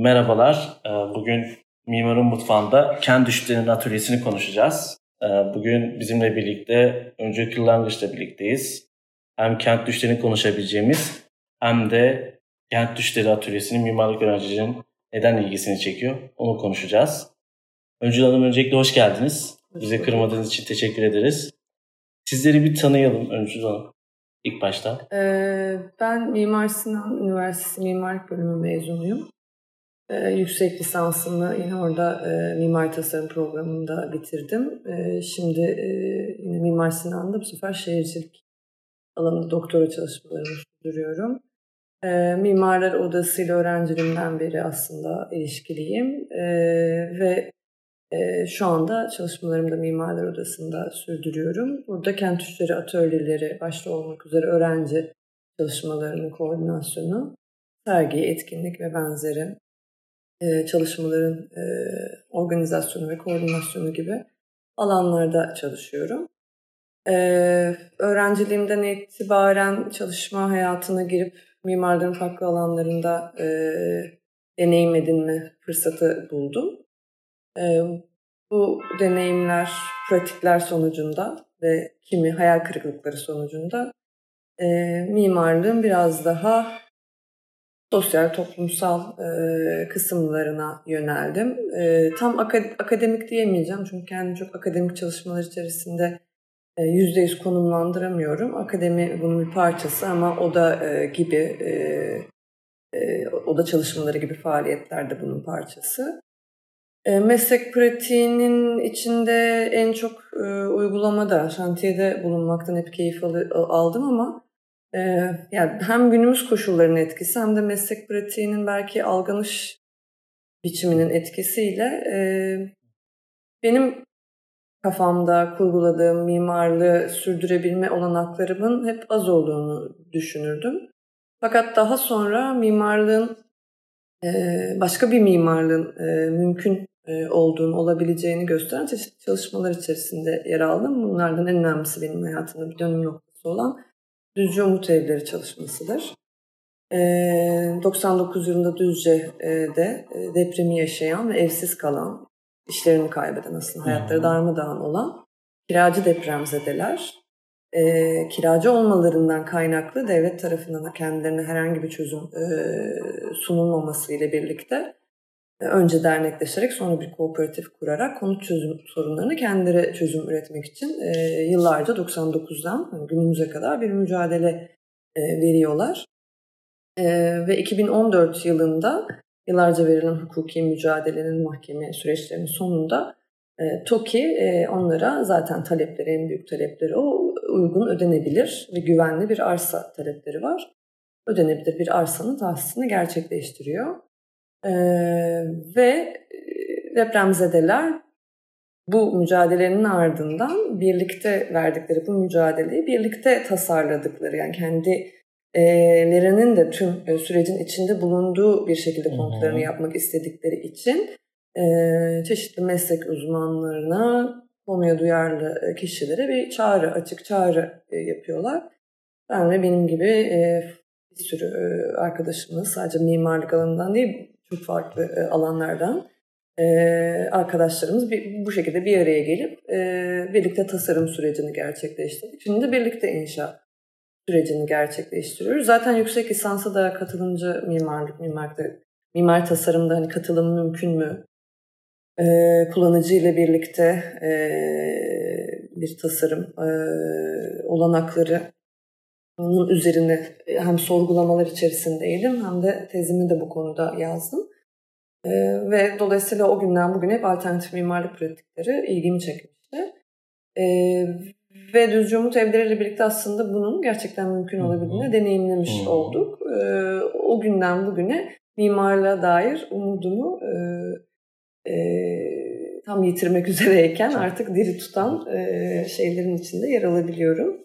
Merhabalar. Bugün Mimarın Mutfağı'nda kent düşlerinin atölyesini konuşacağız. Bugün bizimle birlikte Öncü Kırlangıç'la birlikteyiz. Hem kent düşlerini konuşabileceğimiz hem de kent düşleri atölyesinin mimarlık öğrencilerinin neden ilgisini çekiyor onu konuşacağız. Öncü Hanım, öncelikle hoş geldiniz. Bize kırmadığınız için teşekkür ederiz. Sizleri bir tanıyalım Öncü Hanım ilk başta. Ben Mimar Sinan Üniversitesi Mimarlık Bölümü mezunuyum. Yüksek lisansımı yine orada mimari tasarım programında bitirdim. Şimdi yine Mimar Sinan'da bu sefer şehircilik alanında doktora çalışmalarımı sürdürüyorum. Mimarlar Odası'yla öğrenciliğimden beri aslında ilişkiliyim ve şu anda çalışmalarımı da Mimarlar Odası'nda sürdürüyorum. Burada kent düşleri atölyeleri başta olmak üzere öğrenci çalışmalarının koordinasyonu, sergi, etkinlik ve benzeri çalışmaların organizasyonu ve koordinasyonu gibi alanlarda çalışıyorum. Öğrenciliğimden itibaren çalışma hayatına girip mimarların farklı alanlarında deneyim edinme fırsatı buldum. Bu deneyimler, pratikler sonucunda ve kimi hayal kırıklıkları sonucunda mimarlığın biraz daha sosyal, toplumsal kısımlarına yöneldim. Tam akademik diyemeyeceğim çünkü kendimi çok akademik çalışmalar içerisinde %100 konumlandıramıyorum. Akademi bunun bir parçası ama oda gibi, oda çalışmaları gibi faaliyetler de bunun parçası. Meslek pratiğinin içinde en çok uygulamada, şantiyede bulunmaktan hep keyif aldım ama yani hem günümüz koşullarının etkisi hem de meslek pratiğinin belki algılanış biçiminin etkisiyle benim kafamda kurguladığım mimarlığı sürdürebilme olanaklarımın hep az olduğunu düşünürdüm. Fakat daha sonra mimarlığın başka bir mimarlığın mümkün olduğunu, olabileceğini gösteren çeşitli çalışmalar içerisinde yer aldım. Bunlardan en önemlisi benim hayatımda bir dönüm noktası olan Düzce Umut Evleri çalışmasıdır. 99 yılında Düzce'de depremi yaşayan ve evsiz kalan, işlerini kaybeden, aslında hayatları darmadağın olan kiracı depremzedeler, kiracı olmalarından kaynaklı devlet tarafından kendilerine herhangi bir çözüm sunulmaması ile birlikte önce dernekleşerek sonra bir kooperatif kurarak konut çözüm sorunlarını kendileri çözüm üretmek için yıllarca 99'dan günümüze kadar bir mücadele veriyorlar. Ve 2014 yılında yıllarca verilen hukuki mücadelenin, mahkeme süreçlerinin sonunda TOKİ onlara, zaten talepleri, en büyük talepleri o, uygun, ödenebilir ve güvenli bir arsa talepleri var. Ödenebilir bir arsanın tahsisini gerçekleştiriyor. Ve depremzedeler bu mücadelenin ardından birlikte verdikleri bu mücadeleyi birlikte tasarladıkları, yani kendilerinin de tüm sürecin içinde bulunduğu bir şekilde konutlarını yapmak istedikleri için çeşitli meslek uzmanlarına, konuya duyarlı kişilere bir çağrı, açık çağrı yapıyorlar. Ben ve benim gibi bir sürü arkadaşımız, sadece mimarlık alanından değil, çok farklı alanlardan arkadaşlarımız bu şekilde bir araya gelip birlikte tasarım sürecini gerçekleştirdik. Şimdi de birlikte inşa sürecini gerçekleştiriyoruz. Zaten yüksek lisansa da katılımcı mimar tasarımda hani katılım mümkün mü? Kullanıcı ile birlikte bir tasarım olanakları onun üzerine hem sorgulamalar içerisindeydim hem de tezimi de bu konuda yazdım. Ve dolayısıyla o günden bugüne hep alternatif mimarlık pratikleri ilgimi çekmişti. Ve Düzce Umut Evleri ile birlikte aslında bunun gerçekten mümkün olabildiğini deneyimlemiş olduk. O günden bugüne mimarlığa dair umudumu tam yitirmek üzereyken artık diri tutan şeylerin içinde yer alabiliyorum.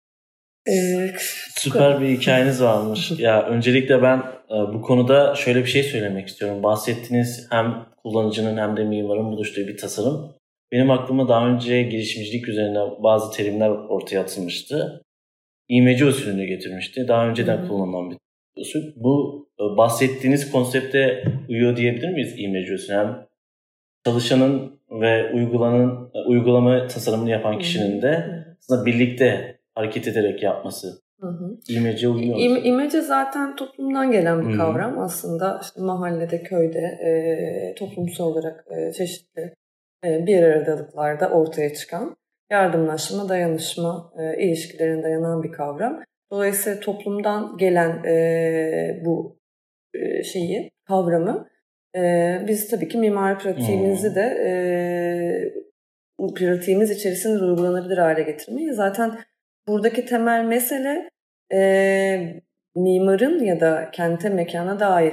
Süper bir hikayeniz varmış. Ya öncelikle ben bu konuda şöyle bir şey söylemek istiyorum. Bahsettiğiniz hem kullanıcının hem de mimarın buluştuğu bir tasarım. Benim aklıma daha önce girişimcilik üzerine bazı terimler ortaya atılmıştı. İğmeci usulünü getirmişti. Daha önceden kullanılan bir Bu bahsettiğiniz konsepte uyuyor diyebilir miyiz imece usulü? Hem çalışanın ve uygulama tasarımını yapan kişinin de aslında birlikte hareket ederek yapması. İmece uyuyor. İmece zaten toplumdan gelen bir kavram. Aslında işte mahallede, köyde toplumsal olarak çeşitli bir aradalıklarda ortaya çıkan yardımlaşma, dayanışma ilişkilerine dayanan bir kavram. Dolayısıyla toplumdan gelen bu kavramı biz tabii ki mimari pratiğimizi de pratiğimiz içerisinde uygulanabilir hale getirmeyi. Zaten buradaki temel mesele mimarın ya da kente, mekana dair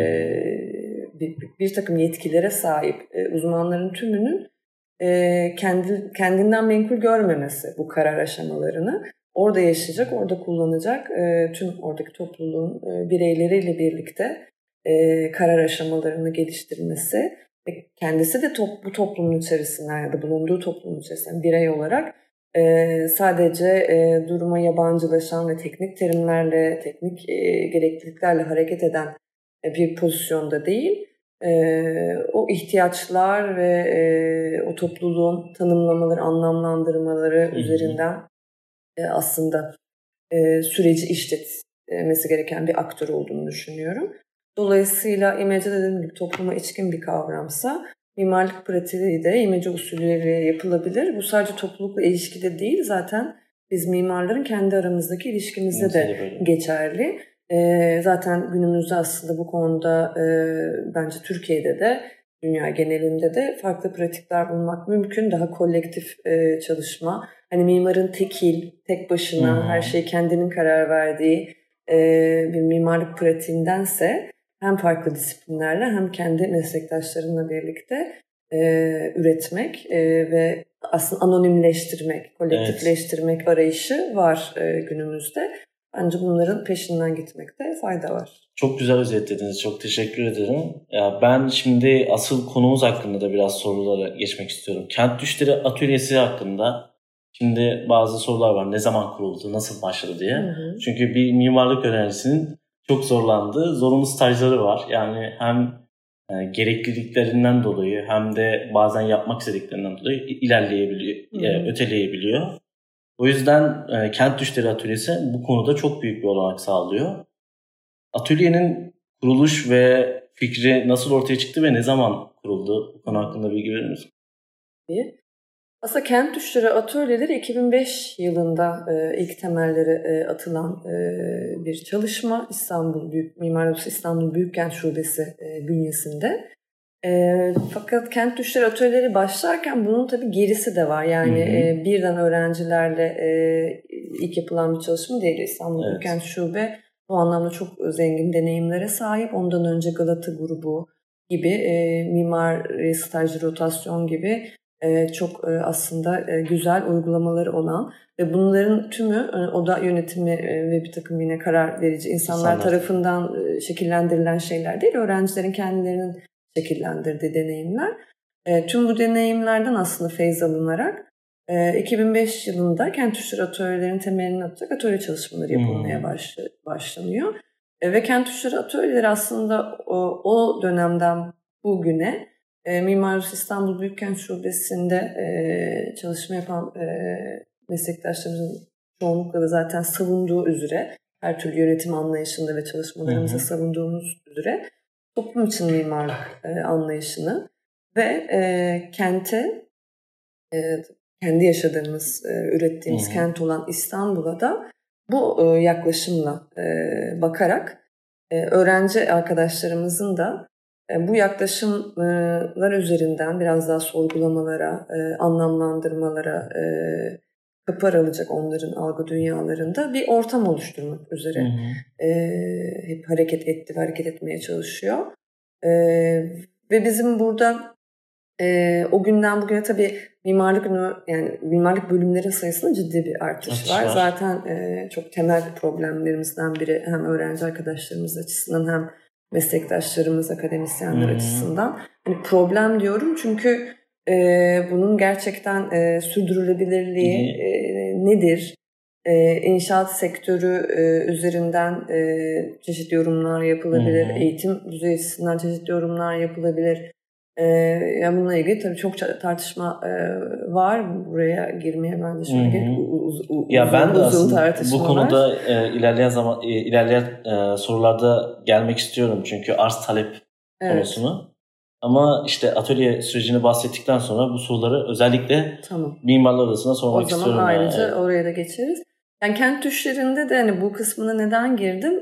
bir takım yetkilere sahip uzmanların tümünün kendinden menkul görmemesi bu karar aşamalarını. Orada yaşayacak, orada kullanacak tüm oradaki topluluğun bireyleriyle birlikte karar aşamalarını geliştirmesi ve kendisi de bu toplumun içerisinden ya da bulunduğu toplumun içerisinden birey olarak sadece duruma yabancılaşan ve teknik terimlerle, teknik gerekliliklerle hareket eden bir pozisyonda değil, o ihtiyaçlar ve o topluluğun tanımlamaları, anlamlandırmaları üzerinden aslında süreci işletmesi gereken bir aktör olduğunu düşünüyorum. Dolayısıyla imece dediğim gibi topluma içkin bir kavramsa mimarlık pratiği de imece usulleri yapılabilir. Bu sadece toplulukla ilişkide değil, zaten biz mimarların kendi aramızdaki ilişkimizde de geçerli. Zaten günümüzde aslında bu konuda bence Türkiye'de de dünya genelinde de farklı pratikler bulmak mümkün. Daha kolektif çalışma. Hani mimarın tek başına her şeyi kendinin karar verdiği bir mimarlık pratiğindense hem farklı disiplinlerle hem kendi meslektaşlarınla birlikte üretmek ve aslında anonimleştirmek, kolektifleştirmek arayışı var günümüzde. Bence bunların peşinden gitmekte fayda var. Çok güzel özetlediniz. Çok teşekkür ederim. Ya ben şimdi asıl konumuz hakkında da biraz sorulara geçmek istiyorum. Kent Düşleri Atölyesi hakkında şimdi bazı sorular var. Ne zaman kuruldu, nasıl başladı diye. Çünkü bir mimarlık öğrencisinin çok zorlandığı zorunlu stajları var. Yani hem gerekliliklerinden dolayı hem de bazen yapmak istediklerinden dolayı ilerleyebiliyor, öteleyebiliyor. O yüzden Kent Düşleri Atölyesi bu konuda çok büyük bir olanak sağlıyor. Atölyenin kuruluş ve fikri nasıl ortaya çıktı ve ne zaman kuruldu? Bu konu hakkında bilgi verir misiniz? Aslında Kent Düşleri Atölyeleri 2005 yılında ilk temelleri atılan bir çalışma Mimar Odası İstanbul Büyükkent Şubesi bünyesinde. Fakat Kent Düşleri Atölyeleri başlarken bunun tabii gerisi de var. Yani birden öğrencilerle ilk yapılan bir çalışma değil. İstanbul Büyükkent Şube bu anlamda çok zengin deneyimlere sahip. Ondan önce Galata Grubu gibi mimari staj rotasyon gibi çok aslında güzel uygulamaları olan ve bunların tümü oda yönetimi ve bir takım yine karar verici insanlar tarafından şekillendirilen şeyler değil, öğrencilerin kendilerinin şekillendirdiği deneyimler. Tüm bu deneyimlerden aslında feyz alınarak 2005 yılında Kent Düşleri Atölyelerinin temelini atacak atölye çalışmaları yapılmaya başlanıyor. Ve Kent Düşleri Atölyeleri aslında o dönemden bugüne Mimar Odası İstanbul Büyükkent Şubesi'nde çalışma yapan meslektaşlarımızın çoğunlukla da zaten savunduğu üzere, her türlü yönetim anlayışında ve çalışmalarımızda savunduğumuz üzere toplum için mimarlık anlayışını ve kente, kendi yaşadığımız, ürettiğimiz kent olan İstanbul'a da bu yaklaşımla bakarak öğrenci arkadaşlarımızın da bu yaklaşımlar üzerinden biraz daha sorgulamalara, anlamlandırmalara kapı aralacak onların algı dünyalarında bir ortam oluşturmak üzere hep hareket etti ve hareket etmeye çalışıyor. Ve bizim burada o günden bugüne tabii mimarlık bölümlerin sayısında ciddi bir artış var. Zaten çok temel problemlerimizden biri hem öğrenci arkadaşlarımız açısından hem meslektaşlarımız, akademisyenler açısından. Hani problem diyorum çünkü bunun gerçekten sürdürülebilirliği nedir? İnşaat sektörü üzerinden çeşitli yorumlar yapılabilir. Eğitim düzeyi açısından çeşitli yorumlar yapılabilir. Yani bununla ilgili tabii çok tartışma var. Buraya girmeye bence şöyle gerek uzun tartışmalar. Bu konuda ilerleyen sorularda gelmek istiyorum. Çünkü arz talep konusunu. Ama işte atölye sürecini bahsettikten sonra bu soruları özellikle Mimarlar Odası'na sormak istiyorum. O zaman ayrıca oraya da geçeriz. Yani kent düşlerinde de hani bu kısmına neden girdim?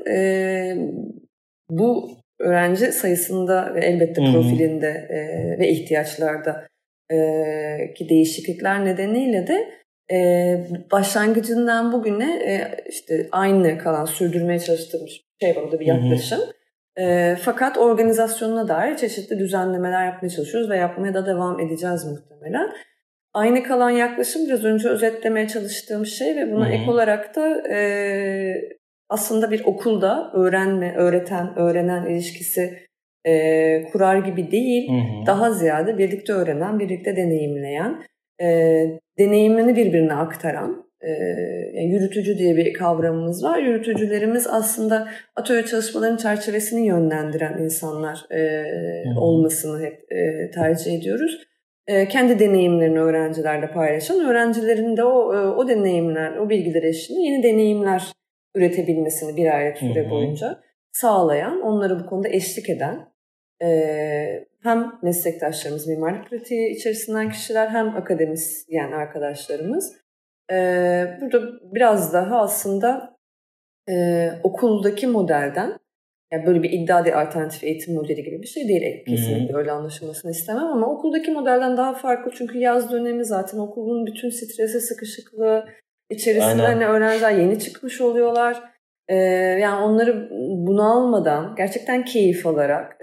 Bu öğrenci sayısında ve elbette profilinde ve ihtiyaçlarda ki değişiklikler nedeniyle de başlangıcından bugüne işte aynı kalan sürdürmeye çalıştığım şey var, o da bir yaklaşım. Fakat organizasyonuna dair çeşitli düzenlemeler yapmaya çalışıyoruz ve yapmaya da devam edeceğiz muhtemelen. Aynı kalan yaklaşım biraz önce özetlemeye çalıştığım şey ve buna ek olarak da aslında bir okulda öğrenen ilişkisi kurar gibi değil, daha ziyade birlikte öğrenen, birlikte deneyimleyen, deneyimini birbirine aktaran, yani yürütücü diye bir kavramımız var. Yürütücülerimiz aslında atölye çalışmalarının çerçevesini yönlendiren insanlar olmasını hep tercih ediyoruz. Kendi deneyimlerini öğrencilerle paylaşan, öğrencilerin de o deneyimler, o bilgiler eşliğinde yeni deneyimler üretebilmesini bir aylık süre boyunca sağlayan, onları bu konuda eşlik eden hem meslektaşlarımız, mimarlık pratiği içerisinden kişiler, hem akademisyen arkadaşlarımız. Burada biraz daha aslında okuldaki modelden, yani böyle bir iddia değil, alternatif eğitim modeli gibi bir şey değil. Kesinlikle öyle anlaşılmasını istemem ama okuldaki modelden daha farklı. Çünkü yaz dönemi zaten okulun bütün stresi, sıkışıklığı içerisinde hani öğrenciler yeni çıkmış oluyorlar. Yani onları bunalmadan, gerçekten keyif alarak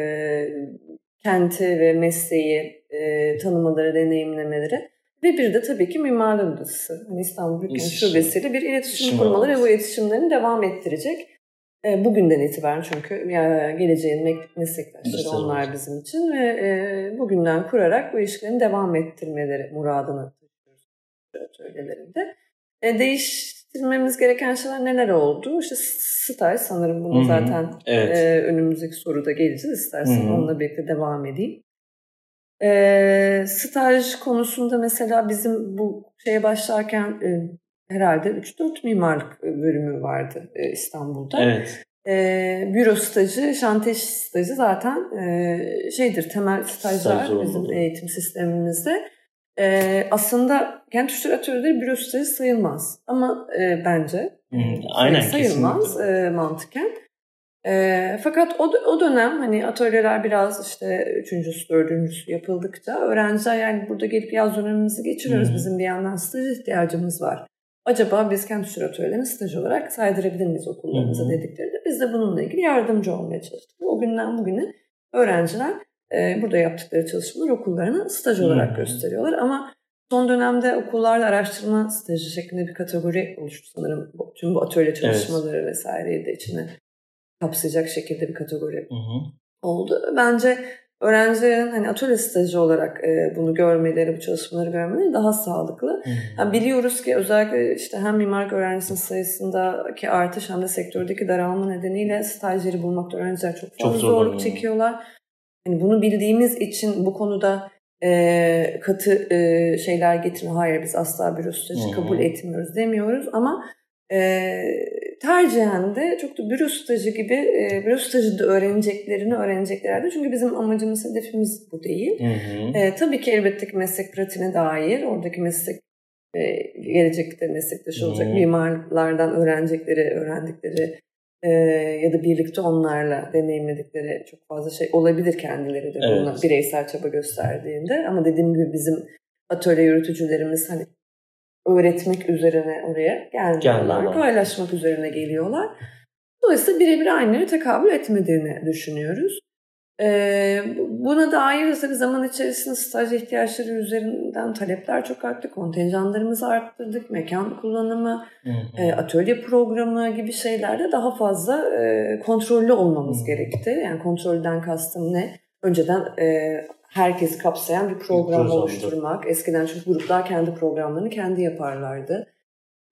kenti ve mesleği tanımaları, deneyimlemeleri ve bir de tabii ki Mimarlar Odası. Hani İstanbul Büyükşehir Şubesi'yle bir iletişim kurmaları ve bu iletişimlerini devam ettirecek. Bugünden itibaren, çünkü geleceğin meslektaşları onlar bizim için ve bugünden kurarak bu ilişkilerin devam ettirmeleri muradını taşıyoruz atölyelerinde. Değiştirmemiz gereken şeyler neler oldu? İşte staj, sanırım bunu zaten önümüzdeki soruda geleceğiz. İstersen onunla birlikte devam edeyim. Staj konusunda mesela bizim bu şeye başlarken herhalde 3-4 mimarlık bölümü vardı İstanbul'da. Evet. Büro stajı, şantiye stajı zaten temel stajlar bizim eğitim sistemimizde. Aslında kent düşleri atölyeleri büro stajı sayılmaz. Ama bence sayılmaz mantıken. Fakat o dönem hani atölyeler biraz işte 3.'sü 4.'sü yapıldıkça öğrenciler, yani burada gelip yaz dönemimizi geçiriyoruz. Bizim bir yandan staj ihtiyacımız var. Acaba biz kent düşleri atölyelerini staj olarak saydırabilir miyiz okullarımıza dediklerinde biz de bununla ilgili yardımcı olmaya çalıştık. O günden bugüne öğrenciler burada yaptıkları çalışmalar okullarına staj olarak gösteriyorlar. Ama son dönemde okullarla araştırma stajı şeklinde bir kategori oluştu sanırım. Tüm bu atölye çalışmaları vesaireyi de içine kapsayacak şekilde bir kategori oldu. Bence öğrencilerin hani atölye stajı olarak bunu görmeleri, bu çalışmaları görmeleri daha sağlıklı. Yani biliyoruz ki özellikle işte hem mimarlık öğrencisinin sayısındaki artış hem de sektördeki daralma nedeniyle stajyeri bulmakta öğrenciler çok fazla zorluk çekiyorlar. Yani bunu bildiğimiz için bu konuda katı şeyler getirme, hayır biz asla büro stajı kabul etmiyoruz demiyoruz ama tercihen de çok da büro stajı gibi büro stajında öğreneceklerdi. Çünkü bizim amacımız, hedefimiz bu değil. Tabii ki elbette ki meslek pratiğine dair, oradaki meslek gelecekte meslektaş olacak mimarlardan öğrendikleri ya da birlikte onlarla deneyimledikleri çok fazla şey olabilir kendileri de buna bireysel çaba gösterdiğinde. Ama dediğim gibi bizim atölye yürütücülerimiz hani öğretmek üzerine oraya gelmiyorlar. Paylaşmak üzerine geliyorlar. Dolayısıyla birebir aynı tekabül etmediğini düşünüyoruz. Buna dair de tabii zaman içerisinde staj ihtiyaçları üzerinden talepler çok arttı. Kontenjanlarımızı arttırdık. Mekan kullanımı, atölye programı gibi şeylerde daha fazla kontrollü olmamız gerekti. Yani kontrolden kastım ne? Önceden herkesi kapsayan bir program oluşturmak. Eskiden çünkü gruplar kendi programlarını kendi yaparlardı.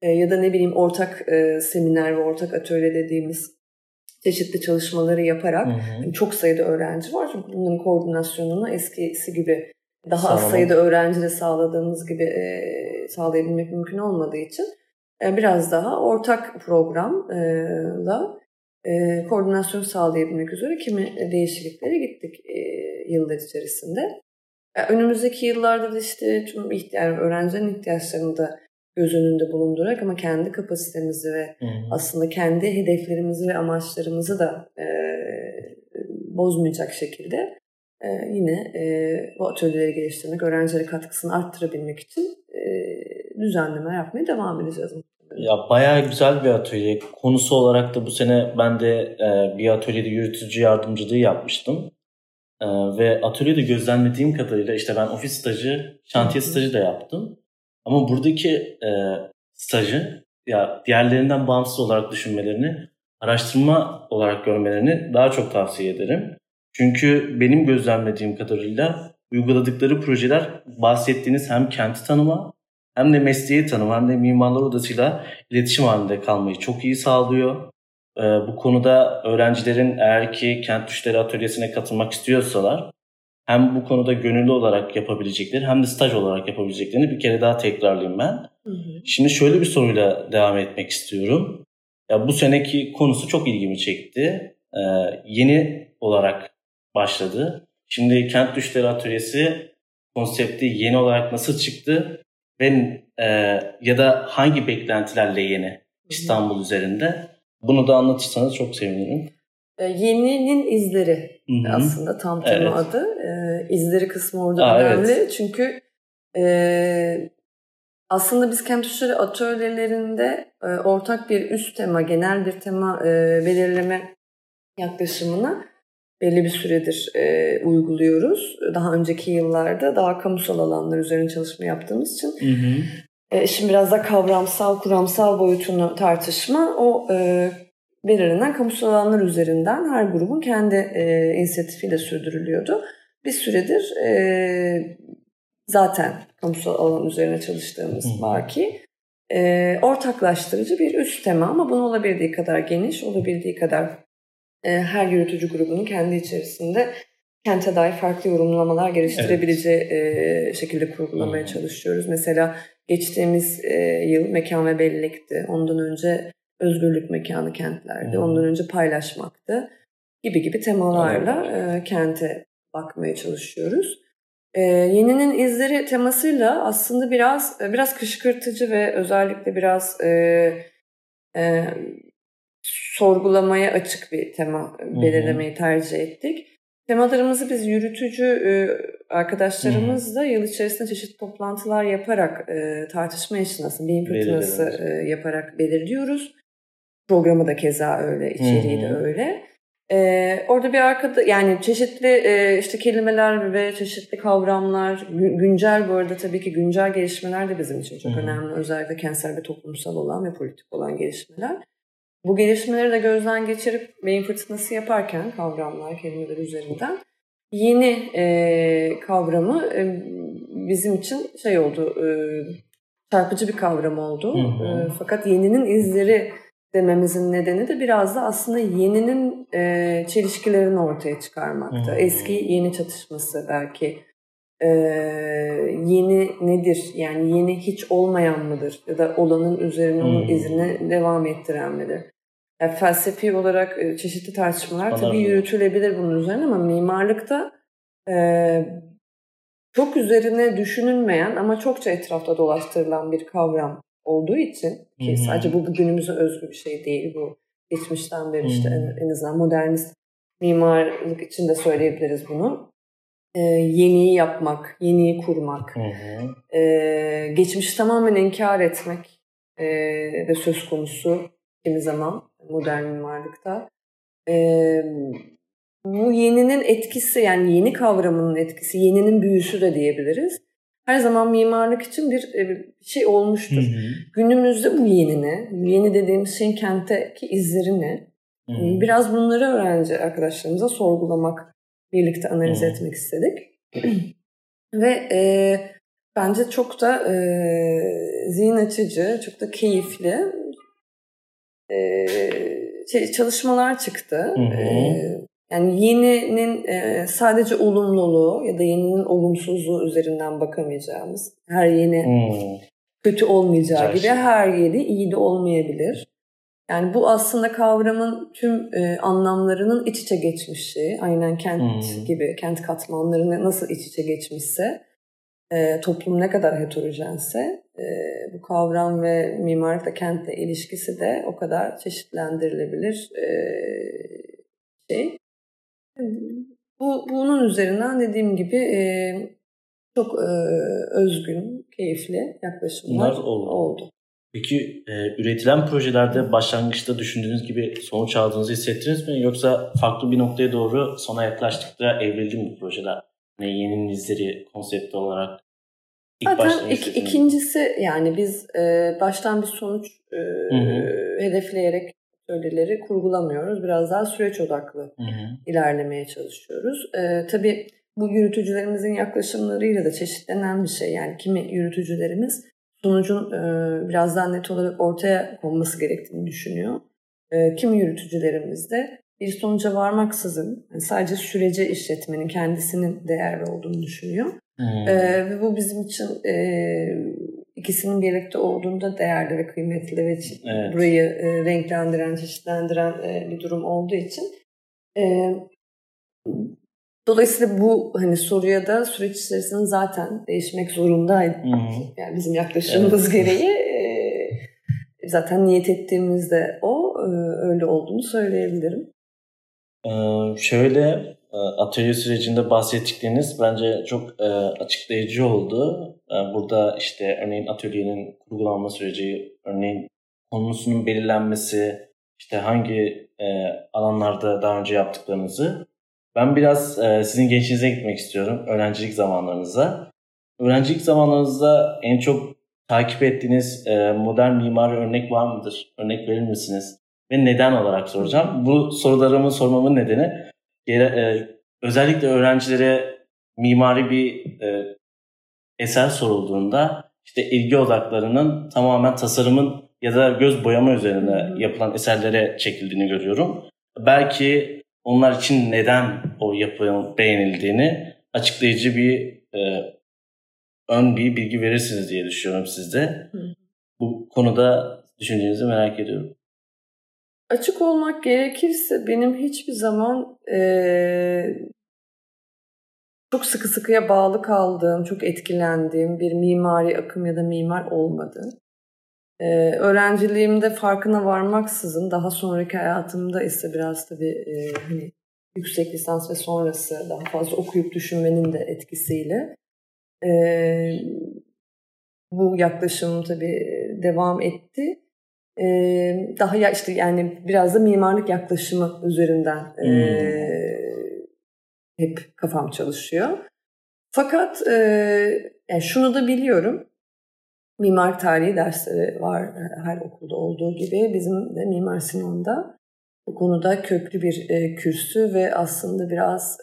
ya da ne bileyim ortak seminer ve ortak atölye dediğimiz çeşitli çalışmaları yaparak çok sayıda öğrenci var. Çünkü bunların koordinasyonunu eskisi gibi daha az sayıda öğrenciyle sağladığımız gibi sağlayabilmek mümkün olmadığı için biraz daha ortak programla koordinasyon sağlayabilmek üzere kimi değişikliklere gittik yıllar içerisinde. Önümüzdeki yıllarda da işte tüm öğrencilerin ihtiyaçlarını da göz önünde bulundurarak ama kendi kapasitemizi ve aslında kendi hedeflerimizi ve amaçlarımızı da bozmayacak şekilde yine bu atölyeleri geliştirmek, öğrencilere katkısını arttırabilmek için düzenleme yapmaya devam edeceğiz. Ya bayağı güzel bir atölye. Konusu olarak da bu sene ben de bir atölyede yürütücü yardımcılığı yapmıştım. Ve atölyede gözlemlediğim kadarıyla işte ben ofis stajı, şantiye stajı da yaptım. Ama buradaki stajı ya diğerlerinden bağımsız olarak düşünmelerini, araştırma olarak görmelerini daha çok tavsiye ederim. Çünkü benim gözlemlediğim kadarıyla uyguladıkları projeler bahsettiğiniz hem kenti tanıma hem de mesleği tanıma hem de mimarlar odasıyla iletişim halinde kalmayı çok iyi sağlıyor. Bu konuda öğrencilerin eğer ki Kent Düşleri Atölyesi'ne katılmak istiyorsalar hem bu konuda gönüllü olarak yapabilecekleri hem de staj olarak yapabileceklerini bir kere daha tekrarlayayım ben. Şimdi şöyle bir soruyla devam etmek istiyorum. Ya bu seneki konusu çok ilgimi çekti. Yeni olarak başladı. Şimdi Kent Düşleri Atölyesi konsepti yeni olarak nasıl çıktı ve ya da hangi beklentilerle yeni İstanbul üzerinde? Bunu da anlatırsanız çok sevinirim. Yeni'nin izleri aslında tam tema adı. İzleri kısmı orada önemli. Evet. Çünkü aslında biz Kent Düşleri atölyelerinde ortak bir üst tema, genel bir tema belirleme yaklaşımını belli bir süredir uyguluyoruz. Daha önceki yıllarda daha kamusal alanlar üzerine çalışma yaptığımız için şimdi biraz da kavramsal, kuramsal boyutunu tartışma o belirlenen kamusal alanlar üzerinden her grubun kendi inisiyatifiyle sürdürülüyordu. Bir süredir zaten kamusal alan üzerine çalıştığımız var ki ortaklaştırıcı bir üst tema ama bunu olabildiği kadar geniş, olabildiği kadar her yürütücü grubunun kendi içerisinde kente dair farklı yorumlamalar geliştirebileceği şekilde kurgulamaya çalışıyoruz. Mesela geçtiğimiz yıl mekan ve bellekti. Ondan önce özgürlük mekanı kentlerdi. Ondan önce paylaşmaktı. Gibi temalarla kente bakmaya çalışıyoruz. Yeni'nin izleri temasıyla aslında biraz kışkırtıcı ve özellikle biraz sorgulamaya açık bir tema belirlemeyi tercih ettik. Temalarımızı biz yürütücü arkadaşlarımızla yıl içerisinde çeşitli toplantılar yaparak tartışma esnasında beyin fırtınası yaparak belirliyoruz. Programı da keza öyle, içeriği de öyle. Orada bir yani çeşitli işte kelimeler ve çeşitli kavramlar, güncel bu arada tabii ki güncel gelişmeler de bizim için çok önemli. Özellikle kentsel ve toplumsal olan ve politik olan gelişmeler. Bu gelişmeleri de gözden geçirip beyin fırtınası yaparken kavramlar, kelimeler üzerinden yeni kavramı bizim için oldu, çarpıcı bir kavram oldu. Fakat yeninin izleri dememizin nedeni de biraz da aslında yeninin çelişkilerini ortaya çıkarmakta. Eski yeni çatışması belki. Yeni nedir? Yani yeni hiç olmayan mıdır? Ya da olanın üzerine onun izini devam ettiren midir? Yani felsefi olarak çeşitli tartışmalar tabii yürütülebilir bunun üzerine ama mimarlıkta çok üzerine düşünülmeyen ama çokça etrafta dolaştırılan bir kavram olduğu için ki sadece bu günümüze özgü bir şey değil, bu geçmişten beri işte en azından modernist mimarlık için de söyleyebiliriz bunu. Yeniyi yapmak, yeniyi kurmak, geçmişi tamamen inkar etmek de söz konusu kimi zaman modern mimarlıkta. Bu yeninin etkisi, yani yeni kavramının etkisi, yeninin büyüsü de diyebiliriz. Her zaman mimarlık için bir şey olmuştur. Günümüzde bu yeni dediğimiz şeyin kentteki izleri ne? Biraz bunları öğrenci arkadaşlarımıza sorgulamak, birlikte analiz etmek istedik. Ve Bence çok da zihin açıcı, çok da keyifli çalışmalar çıktı. Yani yeninin sadece olumluluğu ya da yeninin olumsuzluğu üzerinden bakamayacağımız, her yeni kötü olmayacağı gibi her yeni iyi de olmayabilir. Yani bu aslında kavramın tüm anlamlarının iç içe geçmişi, aynen kent gibi, kent katmanlarını nasıl iç içe geçmişse, toplum ne kadar heterojense, bu kavram ve mimarlıkla kentle ilişkisi de o kadar çeşitlendirilebilir şey. Bunun üzerinden dediğim gibi çok özgün, keyifli yaklaşımlar oldu. Peki üretilen projelerde başlangıçta düşündüğünüz gibi sonuç aldığınızı hissettiniz mi? Yoksa farklı bir noktaya doğru sona yaklaştıkça evrildi mi projeler? Yeninin izleri konsepti olarak? Zaten ikincisi yani biz baştan bir sonuç hedefleyerek atölyeleri kurgulamıyoruz. Biraz daha süreç odaklı ilerlemeye çalışıyoruz. Tabii bu yürütücülerimizin yaklaşımlarıyla da çeşitlenen bir şey. Yani kimi yürütücülerimiz sonucun biraz daha net olarak ortaya konması gerektiğini düşünüyor. Kimi yürütücülerimiz de bir sonuca varmaksızın sadece sürece işletmenin kendisinin değerli olduğunu düşünüyor. Ve bu bizim için ikisinin birlikte olduğunda değerli ve kıymetli ve burayı renklendiren, çeşitlendiren bir durum olduğu için dolayısıyla bu hani soruya da süreç içerisinde zaten değişmek zorundaydı. Yani bizim yaklaşımımız gereği zaten niyet ettiğimizde öyle olduğunu söyleyebilirim. Şöyle atölye sürecinde bahsettikleriniz bence çok açıklayıcı oldu. Burada işte örneğin atölyenin kurgulanma süreci, örneğin konusunun belirlenmesi, işte hangi alanlarda daha önce yaptıklarınızı. Ben biraz sizin gençliğinize gitmek istiyorum, öğrencilik zamanlarınıza. Öğrencilik zamanlarınızda en çok takip ettiğiniz modern mimari örnek var mıdır? Örnek verir misiniz? Ve neden olarak soracağım. Bu sorularımı sormamın nedeni özellikle öğrencilere mimari bir eser sorulduğunda işte ilgi odaklarının tamamen tasarımın ya da göz boyama üzerine yapılan eserlere çekildiğini görüyorum. Belki onlar için neden o yapının beğenildiğini açıklayıcı bir ön bir bilgi verirsiniz diye düşünüyorum sizde. Bu konuda düşüncenizi merak ediyorum. Açık olmak gerekirse benim hiçbir zaman çok sıkı sıkıya bağlı kaldığım, çok etkilendiğim bir mimari akım ya da mimar olmadı. Öğrenciliğimde farkına varmaksızın, daha sonraki hayatımda ise biraz tabii hani yüksek lisans ve sonrası daha fazla okuyup düşünmenin de etkisiyle bu yaklaşımım tabii devam etti. Daha işte yani biraz da mimarlık yaklaşımı üzerinden hep kafam çalışıyor. Fakat yani şunu da biliyorum. Mimarlık tarihi dersleri var her okulda olduğu gibi. Bizim de Mimar Sinan'da bu konuda köklü bir kürsü ve aslında biraz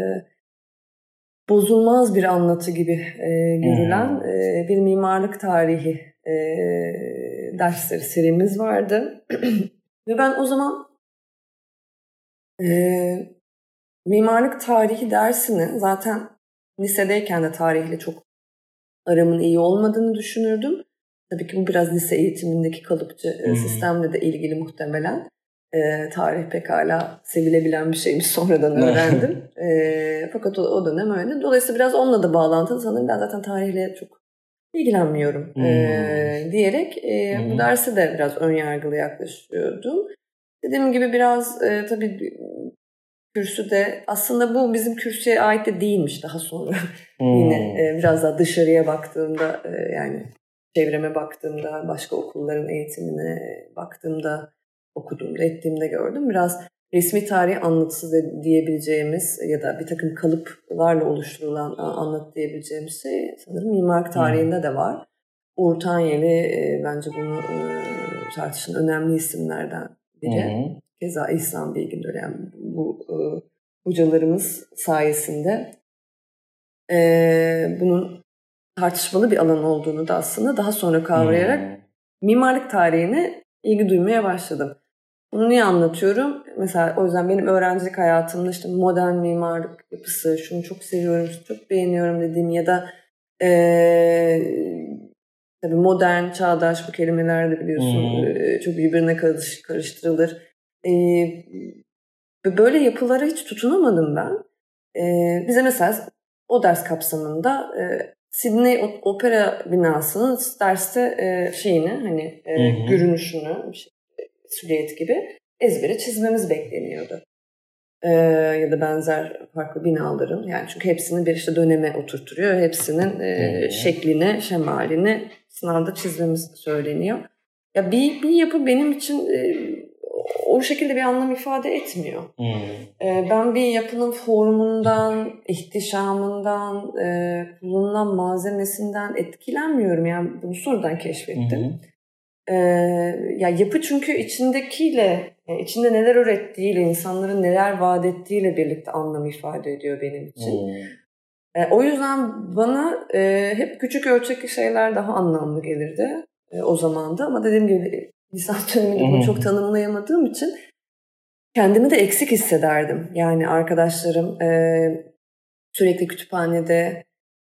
bozulmaz bir anlatı gibi görülen bir mimarlık tarihi dersleri serimiz vardı. Ve ben o zaman mimarlık tarihi dersini zaten lisedeyken de tarihle çok aramın iyi olmadığını düşünürdüm. Tabii ki bu biraz lise eğitimindeki kalıpçı sistemle de ilgili muhtemelen. Tarih pekala sevilebilen bir şeymiş, sonradan öğrendim. Fakat o dönem öyle. Dolayısıyla biraz onunla da bağlantılı. Sanırım ben zaten tarihle çok ilgilenmiyorum diyerek bu derse de biraz önyargılı yaklaşıyordum. Dediğim gibi biraz tabii kürsüde aslında bu bizim kürsüye ait de değilmiş daha sonra. Yine biraz daha dışarıya baktığımda yani çevreme baktığımda, başka okulların eğitimine baktığımda, okuduğumda, ettiğimde gördüm. Biraz resmi tarih anlatısı diyebileceğimiz ya da bir takım kalıplarla oluşturulan anlatı diyebileceğimiz şey sanırım mimarlık tarihinde de var. Uğur Tanyeli bence bunu tartışın önemli isimlerden biri. Keza İhsan Bilgin dönem bu hocalarımız sayesinde bunun tartışmalı bir alan olduğunu da aslında daha sonra kavrayarak mimarlık tarihine ilgi duymaya başladım. Bunu niye anlatıyorum? Mesela o yüzden benim öğrencilik hayatımda işte modern mimarlık yapısı, şunu çok seviyorum, çok beğeniyorum dediğim ya da tabii modern, çağdaş bu kelimeler de biliyorsun çok birbirine karıştırılır. Böyle yapılara hiç tutunamadım ben. Bize mesela o ders kapsamında Sydney Opera binasının derste görünüşünü, silüet gibi ezbere çizmemiz bekleniyordu. Ya da benzer farklı binaların, yani çünkü hepsini bir işte döneme oturturuyor. Hepsinin şeklini, şemalini sınavda çizmemiz söyleniyor. Ya bir yapı benim için o şekilde bir anlam ifade etmiyor. Ben bir yapının formundan, ihtişamından, kullanılan malzemesinden etkilenmiyorum. Yani bunu sonradan keşfettim. Ya yapı çünkü içinde neler ürettiğiyle, insanların neler vaat ettiğiyle birlikte anlam ifade ediyor benim için. O yüzden bana hep küçük ölçekli şeyler daha anlamlı gelirdi o zaman da. Ama dediğim gibi lisans döneminde bunu çok tanımlayamadığım için kendimi de eksik hissederdim. Yani arkadaşlarım sürekli kütüphanede,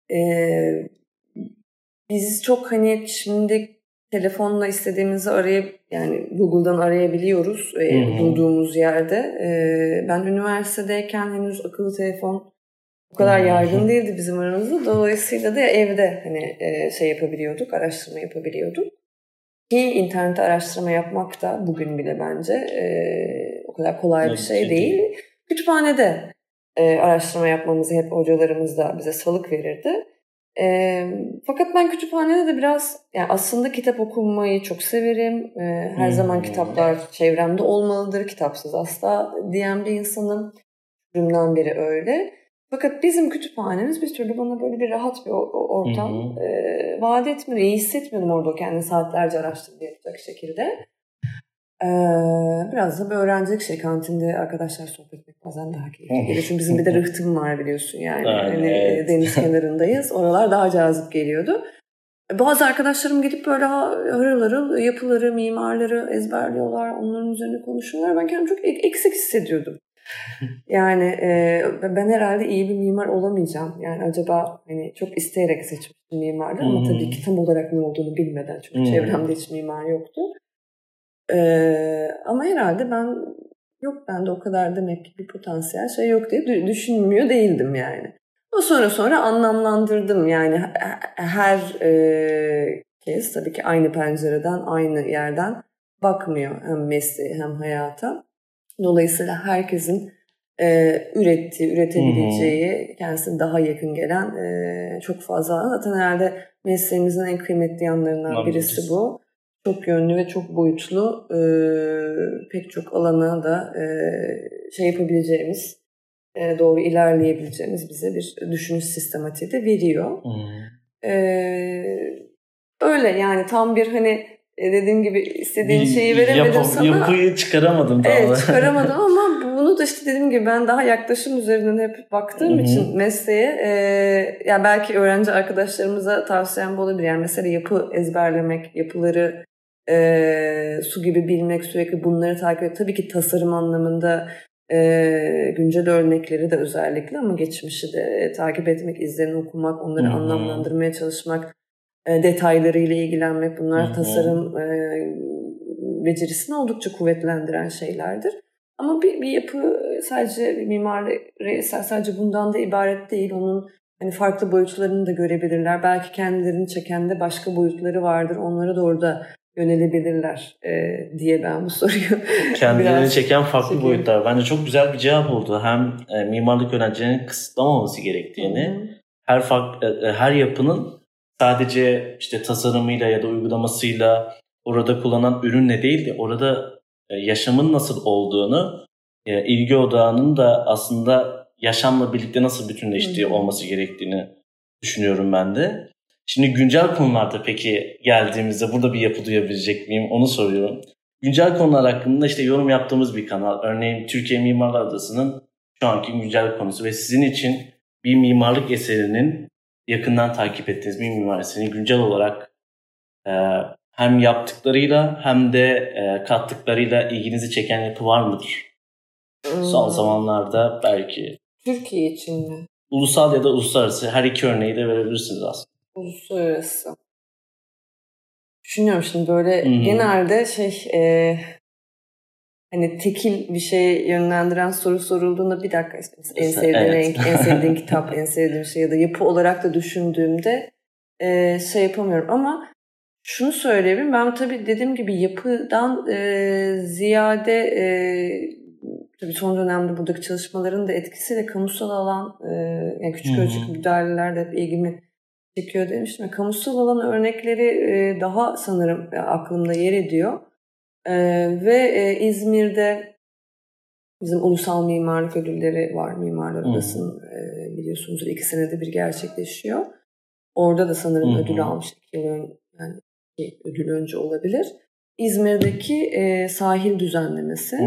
biz çok şimdi telefonla istediğimizi arayıp, yani Google'dan arayabiliyoruz bulduğumuz yerde. Ben üniversitedeyken henüz akıllı telefon o kadar yaygın değildi bizim aramızda. Dolayısıyla da evde yapabiliyorduk, araştırma yapabiliyorduk. Ki internette araştırma yapmak da bugün bile bence o kadar kolay bir şey değil. Kütüphanede araştırma yapmamızı hep hocalarımız da bize salık verirdi. Fakat ben kütüphanede de biraz, yani aslında kitap okumayı çok severim. Her zaman kitaplar çevremde olmalıdır. Kitapsız asla diyen bir insanım. Günümden beri öyle. Fakat bizim kütüphanemiz bir türlü bana böyle bir rahat bir ortam vaat etmiyor. İyi hissetmiyordum orada kendini saatlerce araştırma yapacak şekilde. Biraz da bir öğrencilik kantinde arkadaşlar sohbet etmek bazen daha keyifli geliyor. Çünkü bizim bir de rıhtım var biliyorsun yani. Evet. Deniz kenarındayız. Oralar daha cazip geliyordu. Bazı arkadaşlarım gidip böyle harıl harıl yapıları, mimarları ezberliyorlar. Onların üzerine konuşuyorlar. Ben kendimi çok eksik hissediyordum. Yani ben herhalde iyi bir mimar olamayacağım. Yani acaba çok isteyerek seçmiştim mimarlığı ama tabii ki tam olarak ne olduğunu bilmeden. Çünkü çevremde hiç mimar yoktu. Ama herhalde bende o kadar demek ki bir potansiyel yok diye düşünmüyor değildim yani. O sonra anlamlandırdım yani her kez tabii ki aynı pencereden, aynı yerden bakmıyor hem mesleğe hem hayata. Dolayısıyla herkesin üretebileceği, kendisine daha yakın gelen çok fazla. Zaten herhalde mesleğimizin en kıymetli yanlarından birisi bu. Çok yönlü ve çok boyutlu pek çok alana da yapabileceğimiz, doğru ilerleyebileceğimiz bize bir düşünüş sistematiği de veriyor. Öyle yani tam bir dediğim gibi istediğin şeyi veremedim sana. Yapıyı çıkaramadım. Evet çıkaramadım ama bunu da işte dediğim gibi ben daha yaklaşım üzerinden hep baktığım için mesleğe yani belki öğrenci arkadaşlarımıza tavsiyem bu olabilir. Yani mesela yapı ezberlemek, yapıları su gibi bilmek, sürekli bunları takip etmek. Tabii ki tasarım anlamında güncel örnekleri de özellikle ama geçmişi de takip etmek, izlerini okumak, onları anlamlandırmaya çalışmak, detaylarıyla ilgilenmek, bunlar tasarım becerisini oldukça kuvvetlendiren şeylerdir. Ama bir yapı sadece mimari sadece bundan da ibaret değil. Onun farklı boyutlarını da görebilirler. Belki kendilerini çeken de başka boyutları vardır. Onlara doğru da yönelebilirler diye ben bu soruyu kendilerini çeken farklı boyutlar. Bence çok güzel bir cevap oldu. Hem mimarlık öğrencilerinin kısıtlamaması gerektiğini, her yapının sadece işte tasarımıyla ya da uygulamasıyla, orada kullanılan ürünle değil de orada yaşamın nasıl olduğunu, ilgi odağının da aslında yaşamla birlikte nasıl bütünleştiği olması gerektiğini düşünüyorum ben de. Şimdi güncel konularda peki geldiğimizde burada bir yapı duyabilecek miyim onu soruyorum. Güncel konular hakkında işte yorum yaptığımız bir kanal. Örneğin Türkiye Mimarlar Odası'nın şu anki güncel konusu ve sizin için bir mimarlık eserinin yakından takip ettiğiniz bir mimarisini güncel olarak hem yaptıklarıyla hem de kattıklarıyla ilginizi çeken yapı var mıdır? Son zamanlarda belki. Türkiye için mi? Ulusal ya da uluslararası her iki örneği de verebilirsiniz aslında. Uluslararası. Düşünüyorum şimdi böyle genelde hani tekil bir şeye yönlendiren soru sorulduğunda bir dakika en sevdiğin renk, en sevdiğin kitap, en sevdiğin şey ya da yapı olarak da düşündüğümde yapamıyorum ama şunu söyleyebilirim. Ben tabii dediğim gibi yapıdan ziyade tabii son dönemde buradaki çalışmaların da etkisiyle kamusal alan yani küçük ölçekli müdahaleler de hep ilgimi çekiyor demiştim. Kamusal alan örnekleri daha sanırım aklımda yer ediyor. Ve İzmir'de bizim ulusal mimarlık ödülleri var. Mimarlar Odası'nın biliyorsunuz 2 senede bir gerçekleşiyor. Orada da sanırım ödül almış 2 yıl önce, yani 2 ödül önce olabilir. İzmir'deki sahil düzenlemesi.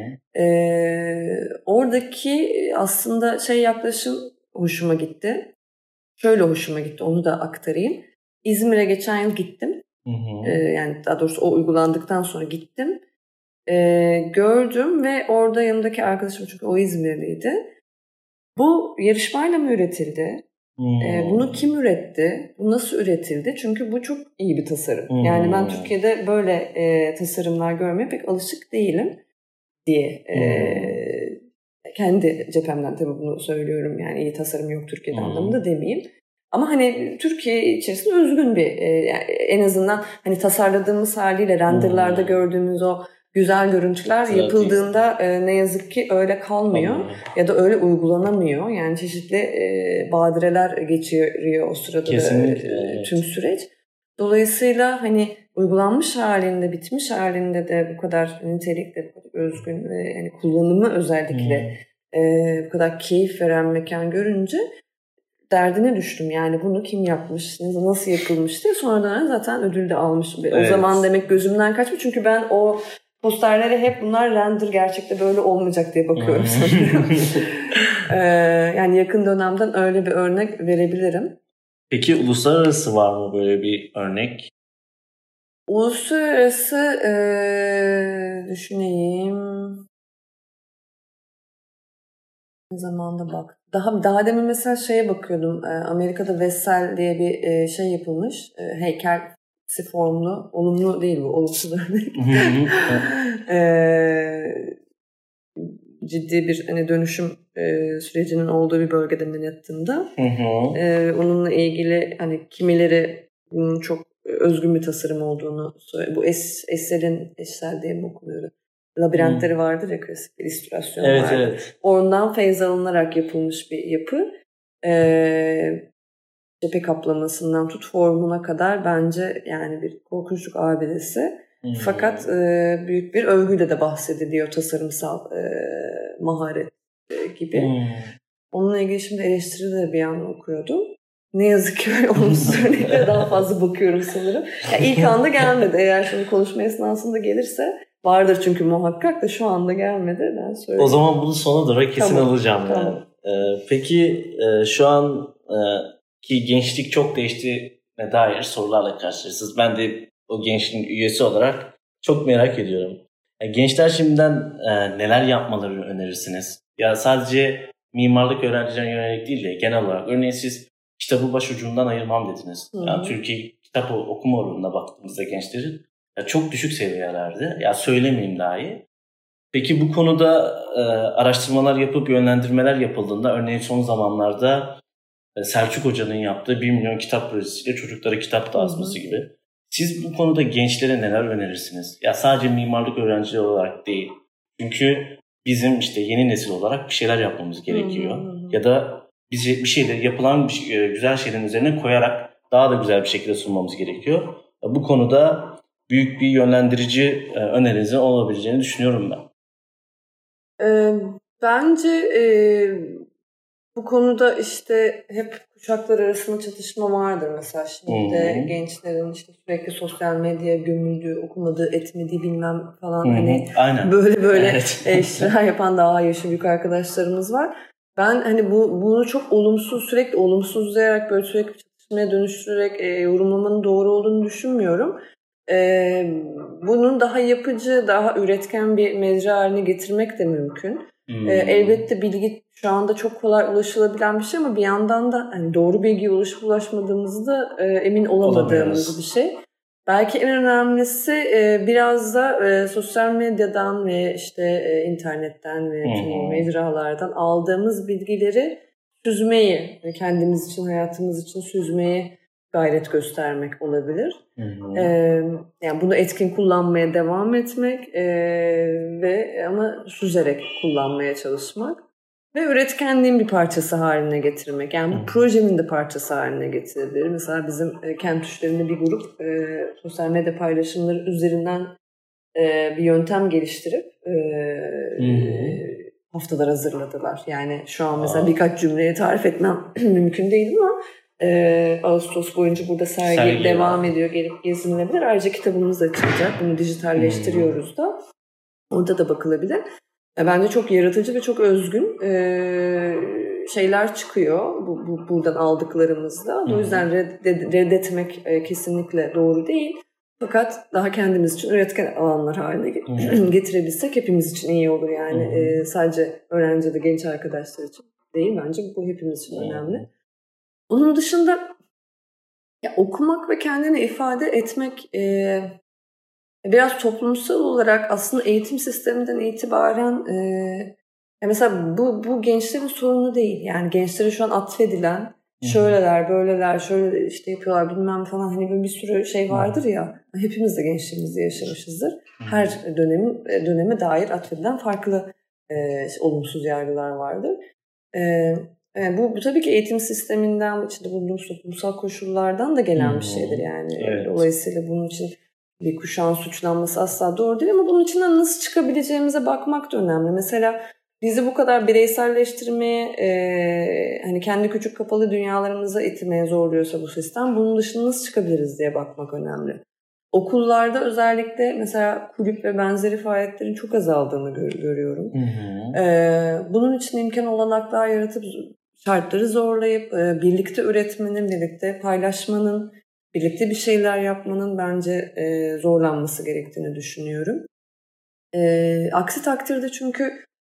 Oradaki aslında yaklaşım hoşuma gitti. Şöyle hoşuma gitti, onu da aktarayım. İzmir'e geçen yıl gittim. Yani daha doğrusu o uygulandıktan sonra gittim. Gördüm ve orada yanımdaki arkadaşım, çünkü o İzmirliydi. Bu yarışmayla mı üretildi? Bunu kim üretti? Bu nasıl üretildi? Çünkü bu çok iyi bir tasarım. Yani ben Türkiye'de böyle tasarımlar görmeye pek alışık değilim diye kendi cephemden tabii bunu söylüyorum. Yani iyi tasarım yok Türkiye'de anlamında demeyeyim. Ama hani Türkiye içerisinde özgün bir yani en azından hani tasarladığımız haliyle renderlarda gördüğümüz o güzel görüntüler yapıldığında ne yazık ki öyle kalmıyor ya da öyle uygulanamıyor. Yani çeşitli badireler geçiriyor o sırada tüm süreç. Dolayısıyla hani uygulanmış halinde, bitmiş halinde de bu kadar nitelikli, özgün ve yani kullanımı özellikle bu kadar keyif veren mekan görünce derdine düştüm. Yani bunu kim yapmış, nasıl yapılmış diye. Sonradan zaten ödül de almış. O zaman demek gözümden kaçmış. Çünkü ben o posterlere hep bunlar render gerçekte böyle olmayacak diye bakıyorum sanırım. Yani yakın dönemden öyle bir örnek verebilirim. Peki uluslararası var mı böyle bir örnek? Uluslararası düşüneyim. Ne zamanda bak. Daha demin mesela bakıyordum. Amerika'da Wessel diye bir şey yapılmış. Heykelsi formlu. Olumlu değil bu. Olumsuz örnek. Ciddi bir hani dönüşüm sürecinin olduğu bir bölgede Manhattan'da. Onunla ilgili hani kimileri çok özgün bir tasarım olduğunu söylüyor. Bu Essel diye mi okunuyor? Labirentleri vardır ya, klasik bir illüstrasyon vardır. Evet. Ondan feyz alınarak yapılmış bir yapı. Cephe kaplamasından tut formuna kadar bence yani bir korkunçluk abidesi. Fakat büyük bir övgüyle de bahsediliyor tasarımsal maharet gibi. Onunla ilgili şimdi eleştirileri bir yandan okuyordum. Ne yazık ki öyle olumsuz örneklere daha fazla bakıyorum sanırım. Yani ilk anda gelmedi. Eğer şimdi konuşma esnasında gelirse vardır çünkü muhakkak da şu anda gelmedi. Ben söyleyeyim. O zaman bunu sona doğru kesin alacağım. Tamam. Peki şu an ki gençlik çok değiştiğine dair sorularla karşılaşıyorsunuz. Ben de o gençliğin üyesi olarak çok merak ediyorum. Gençler şimdiden neler yapmalarını önerirsiniz? Ya sadece mimarlık öğrencilerine yönelik değil de genel olarak. Örneğin siz kitabı başucundan ayırmam dediniz. Yani Türkiye kitap okuma oranına baktığımızda gençlerin çok düşük seviyelerde. Ya söylemeyeyim dahi. Peki bu konuda araştırmalar yapıp yönlendirmeler yapıldığında, örneğin son zamanlarda Selçuk Hoca'nın yaptığı 1 milyon kitap projesiyle çocuklara kitap dağıtması gibi. Siz bu konuda gençlere neler önerirsiniz? Ya sadece mimarlık öğrencileri olarak değil. Çünkü bizim yeni nesil olarak bir şeyler yapmamız gerekiyor. Ya da biz bir şeyleri yapılan güzel şeylerin üzerine koyarak daha da güzel bir şekilde sunmamız gerekiyor. Bu konuda büyük bir yönlendirici önerinizin olabileceğini düşünüyorum ben. Bence bu konuda hep kuşaklar arasında çatışma vardır mesela. Şimdi de gençlerin sürekli sosyal medyaya gömüldüğü, okumadığı, etmediği bilmem falan hani böyle evet. Şeyler yapan daha yaşı büyük arkadaşlarımız var. ben hani bunu çok sürekli olumsuzlayarak böyle sürekli çatışmaya dönüştürerek yorumlamanın doğru olduğunu düşünmüyorum. Bunun daha yapıcı, daha üretken bir mecra haline getirmek de mümkün. Elbette bilgi şu anda çok kolay ulaşılabilen bir şey ama bir yandan da hani doğru bilgiye ulaşmadığımızda emin olamadığımız bir şey. Belki en önemlisi biraz da sosyal medyadan ve işte internetten ve tüm mecralardan aldığımız bilgileri süzmeyi ve kendimiz için, hayatımız için süzmeyi gayret göstermek olabilir. Yani bunu etkin kullanmaya devam etmek ve ama süzerek kullanmaya çalışmak ve üretkenliğin bir parçası haline getirmek. Yani bu projenin de parçası haline getirebilir. Mesela bizim Kent Düşleri'nde bir grup sosyal medya paylaşımları üzerinden bir yöntem geliştirip haftalar hazırladılar. Yani şu an mesela birkaç cümleye tarif etmem mümkün değil ama Ağustos boyunca burada sergi devam ediyor. Gelip gezinilebilir. Ayrıca kitabımız açılacak. Bunu dijitalleştiriyoruz da. Orada da bakılabilir. Bence çok yaratıcı ve çok özgün şeyler çıkıyor buradan aldıklarımızda. O yüzden reddetmek kesinlikle doğru değil. Fakat daha kendimiz için üretken alanlar haline getirebilsek hepimiz için iyi olur. Yani sadece öğrenci ya da genç arkadaşlar için değil. Bence bu hepimiz için önemli. Onun dışında okumak ve kendini ifade etmek biraz toplumsal olarak aslında eğitim sisteminden itibaren mesela bu gençlerin sorunu değil. Yani gençlere şu an atfedilen şöyleler, böyleler, şöyle işte yapıyorlar bilmem falan hani böyle bir sürü şey vardır ya. Hepimiz de gençliğimizde yaşamışızdır. Her döneme dair atfedilen farklı olumsuz yargılar vardır. Yani bu tabii ki eğitim sisteminden, içinde bulunduğumuz toplumsal koşullardan da gelen bir şeydir yani. Evet. Dolayısıyla bunun için bir kuşağın suçlanması asla doğru değil ama bunun içinden nasıl çıkabileceğimize bakmak da önemli. Mesela bizi bu kadar bireyselleştirmeye, hani kendi küçük kapalı dünyalarımıza itmeye zorluyorsa bu sistem, bunun dışında nasıl çıkabiliriz diye bakmak önemli. Okullarda özellikle mesela kulüp ve benzeri faaliyetlerin çok azaldığını görüyorum. Bunun için imkan olanaklar yaratıp şartları zorlayıp birlikte üretmenin, birlikte paylaşmanın, birlikte bir şeyler yapmanın bence zorlanması gerektiğini düşünüyorum. Aksi takdirde çünkü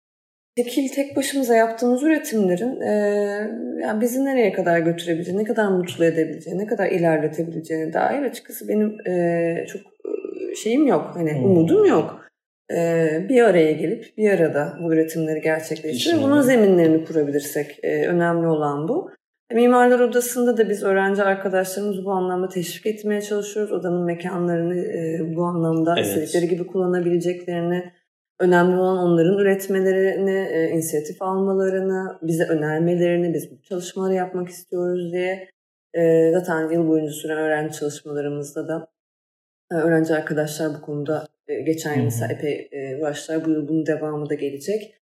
tek başımıza yaptığımız üretimlerin yani bizi nereye kadar götürebileceği, ne kadar mutlu edebileceği, ne kadar ilerletebileceğine dair açıkçası benim çok şeyim yok, hani umudum yok. Bir araya gelip bir arada bu üretimleri gerçekleştirip bunun zeminlerini kurabilirsek önemli olan bu. Mimarlar Odası'nda da biz öğrenci arkadaşlarımızı bu anlamda teşvik etmeye çalışıyoruz. Odanın mekanlarını bu anlamda istedikleri gibi kullanabileceklerini, önemli olan onların üretmelerini, inisiyatif almalarını, bize önermelerini, biz bu çalışmaları yapmak istiyoruz diye. Zaten yıl boyunca süren öğrenci çalışmalarımızda da öğrenci arkadaşlar bu konuda geçen yıl mesela epey uğraştılar. Bu yıl bunun devamı da gelecek.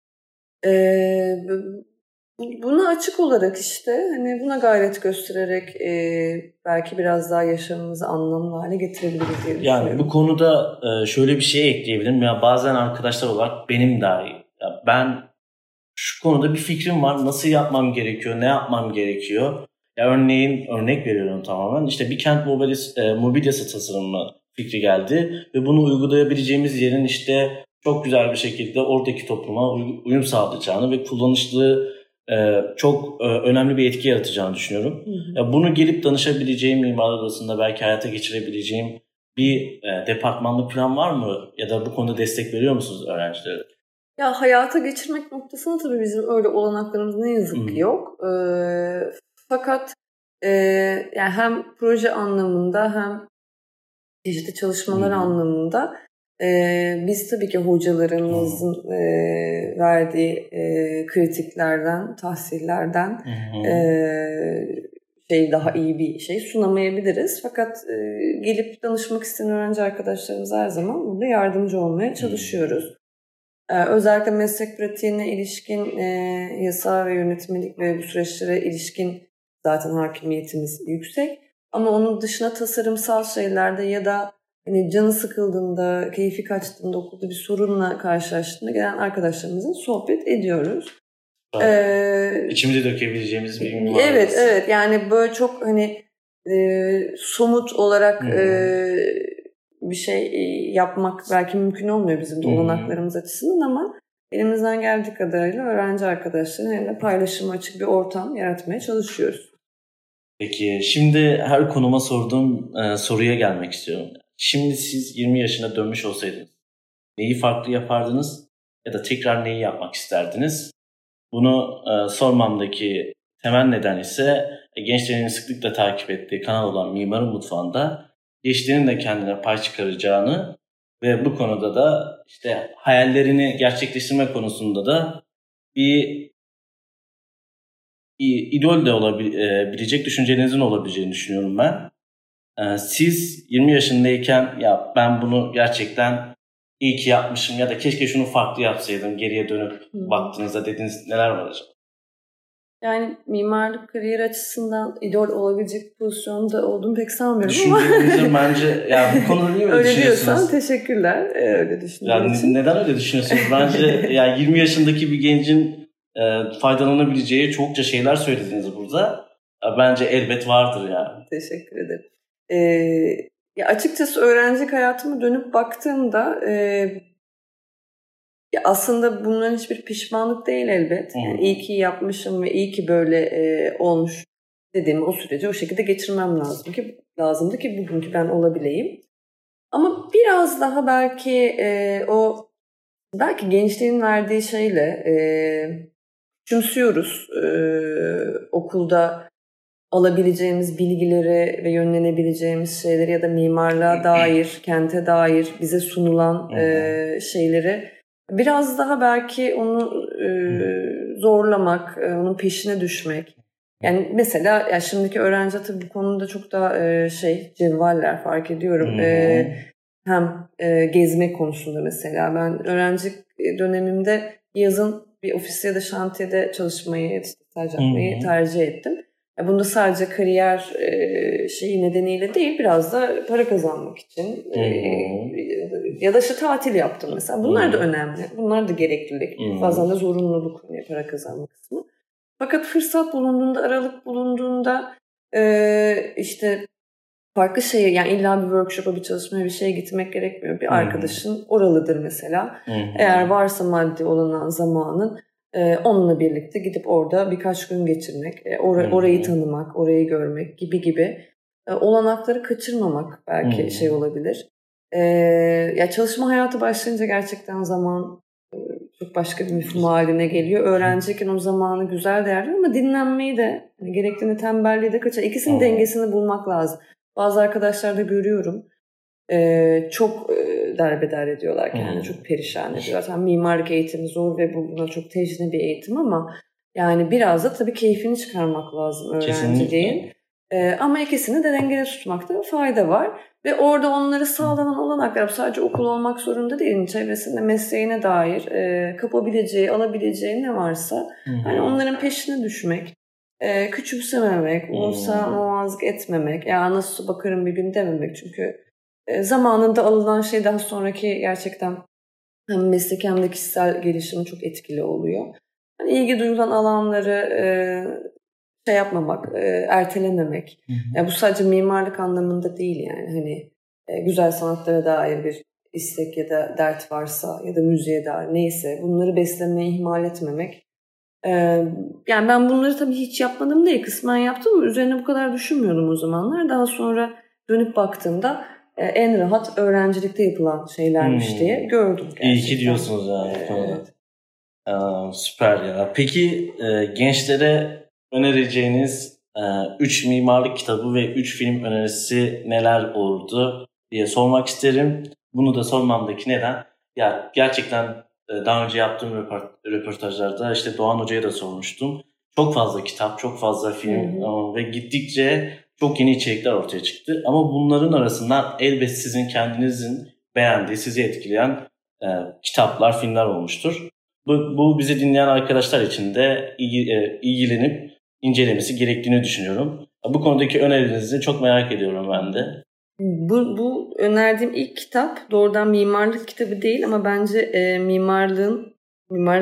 Buna açık olarak işte hani buna gayret göstererek belki biraz daha yaşamımızı anlamlı hale getirebiliriz diye düşünüyorum. Yani bu konuda şöyle bir şey ekleyebilirim. Ya bazen arkadaşlar olarak benim dahi ben şu konuda bir fikrim var. Nasıl yapmam gerekiyor? Ne yapmam gerekiyor? Ya örnek veriyorum tamamen. İşte bir kent mobilyası tasarımı fikri geldi ve bunu uygulayabileceğimiz yerin işte çok güzel bir şekilde oradaki topluma uyum sağlayacağını ve kullanışlı çok önemli bir etki yaratacağını düşünüyorum. Ya bunu gelip danışabileceğim, mimarlar arasında belki hayata geçirebileceğim bir departmanlık plan var mı? Ya da bu konuda destek veriyor musunuz öğrencilere? Ya hayata geçirmek noktasında tabii bizim öyle olanaklarımız ne yazık ki yok. Fakat yani hem proje anlamında hem çeşitli çalışmalar anlamında biz tabii ki hocalarımızın verdiği kritiklerden, tahsillerden daha iyi bir şey sunamayabiliriz. Fakat gelip danışmak isteyen öğrenci arkadaşlarımız her zaman burada yardımcı olmaya çalışıyoruz. Özellikle meslek pratiğine ilişkin yasa ve yönetmelik ve bu süreçlere ilişkin zaten hakimiyetimiz yüksek. Ama onun dışında tasarımsal şeylerde ya da hani canı sıkıldığında, keyfi kaçtığında, okulda bir sorunla karşılaştığında gelen arkadaşlarımızla sohbet ediyoruz. İçimize dökebileceğimiz bir mimar. Evet. Yani böyle çok hani somut olarak bir şey yapmak belki mümkün olmuyor bizim de olanaklarımız açısından ama elimizden geldiği kadarıyla öğrenci arkadaşlarıyla paylaşıma açık bir ortam yaratmaya çalışıyoruz. Peki şimdi her konuma sorduğum soruya gelmek istiyorum. Şimdi siz 20 yaşına dönmüş olsaydınız neyi farklı yapardınız ya da tekrar neyi yapmak isterdiniz? Bunu sormamdaki temel neden ise gençlerin sıklıkla takip ettiği kanal olan Mimarın Mutfağı'nda gençlerin de kendine pay çıkaracağını ve bu konuda da işte hayallerini gerçekleştirme konusunda da bir idol de olabilecek düşüncelerinizin olabileceğini düşünüyorum ben. Siz 20 yaşındayken ya ben bunu gerçekten iyi ki yapmışım ya da keşke şunu farklı yapsaydım geriye dönüp baktığınızda dediğiniz neler var acaba? Yani mimarlık kariyer açısından idol olabilecek pozisyonda olduğumu pek sanmıyorum Düşüncelerinizin bence ya bu konuda niye öyle düşünüyorsunuz? Öyle diyorsan teşekkürler. Öyle düşündüğün için. Neden öyle düşünüyorsunuz? Bence yani 20 yaşındaki bir gencin faydalanabileceği çokça şeyler söylediniz burada. Bence elbet vardır yani. Teşekkür ederim. Ya açıkçası öğrencilik hayatıma dönüp baktığımda ya aslında bunların hiçbir pişmanlık değil elbet. Yani iyi ki yapmışım ve iyi ki böyle olmuş dediğim o süreci o şekilde geçirmem lazımdı ki bugünkü ben olabileyim. Ama biraz daha belki belki gençliğin verdiği şeyle küçümsüyoruz okulda alabileceğimiz bilgileri ve yönlenebileceğimiz şeyleri ya da mimarlığa dair, kente dair bize sunulan şeyleri biraz daha belki onu zorlamak, onun peşine düşmek. Yani mesela ya şimdiki öğrenciler tabii bu konuda çok daha cevvaller fark ediyorum. Hem gezmek konusunda mesela ben öğrenci dönemimde yazın bir ofiste ya da şantiyede çalışmayı, staj yapmayı tercih ettim. Bunda sadece kariyer nedeniyle değil, biraz da para kazanmak için ya da işte tatil yaptım mesela. Bunlar da önemli. Bunlar da gereklilik. Bazen de zorunluluk para kazanma kısmı. Fakat fırsat bulunduğunda, aralık bulunduğunda işte farklı yani illa bir workshop'a, bir çalışmaya, bir şeye gitmek gerekmiyor. Bir arkadaşın oralıdır mesela. Eğer varsa maddi olanan zamanın onunla birlikte gidip orada birkaç gün geçirmek, orayı tanımak, orayı görmek gibi olanakları kaçırmamak belki olabilir. Ya çalışma hayatı başlayınca gerçekten zaman çok başka bir mefhum haline geliyor. Öğrenciyken o zamanı güzel değerlendiriyor ama dinlenmeyi de gerektiğinde tembelliği de kaçır. İkisinin dengesini bulmak lazım. Bazı arkadaşlarda görüyorum. Çok derbeder ediyorlar kendini, çok perişan ediyorlar. Tam mimarlık eğitimi zor ve buna çok tecrübe bir eğitim ama yani biraz da tabii keyfini çıkarmak lazım öğrenciliğin. Ama ikisini de dengede tutmakta fayda var. Ve orada onları sağlanan olanaklar sadece okul olmak zorunda değil. Çevresinde mesleğine dair kapabileceği, alabileceği ne varsa hani onların peşine düşmek, küçümsememek, umursamamak etmemek, ya nasıl bakarım bir gün dememek. Çünkü zamanında alınan şey daha sonraki gerçekten hem meslek hem de kişisel gelişimi çok etkili oluyor. Yani ilgi duyulan alanları yapmamak, ertelememek. Yani bu sadece mimarlık anlamında değil yani. Hani güzel sanatlara dair bir istek ya da dert varsa ya da müziğe dair neyse bunları beslemeye ihmal etmemek. Yani ben bunları tabii hiç yapmadım değil. Kısmen yaptım ama üzerine bu kadar düşünmüyordum o zamanlar. Daha sonra dönüp baktığımda en rahat öğrencilikte yapılan şeylermiş diye gördüm gerçekten. İyi ki diyorsunuz yani. Evet. Süper ya. Peki gençlere önereceğiniz 3 mimarlık kitabı ve 3 film önerisi neler olurdu diye sormak isterim. Bunu da sormamdaki neden ya gerçekten daha önce yaptığım röportajlarda işte Doğan Hoca'ya da sormuştum. Çok fazla kitap, çok fazla film ve gittikçe çok yeni içerikler ortaya çıktı. Ama bunların arasından elbet sizin kendinizin beğendiği, sizi etkileyen kitaplar, filmler olmuştur. Bu bizi dinleyen arkadaşlar için de ilgilenip incelemesi gerektiğini düşünüyorum. Bu konudaki önerinizi çok merak ediyorum ben de. Bu önerdiğim ilk kitap doğrudan mimarlık kitabı değil ama bence mimarlık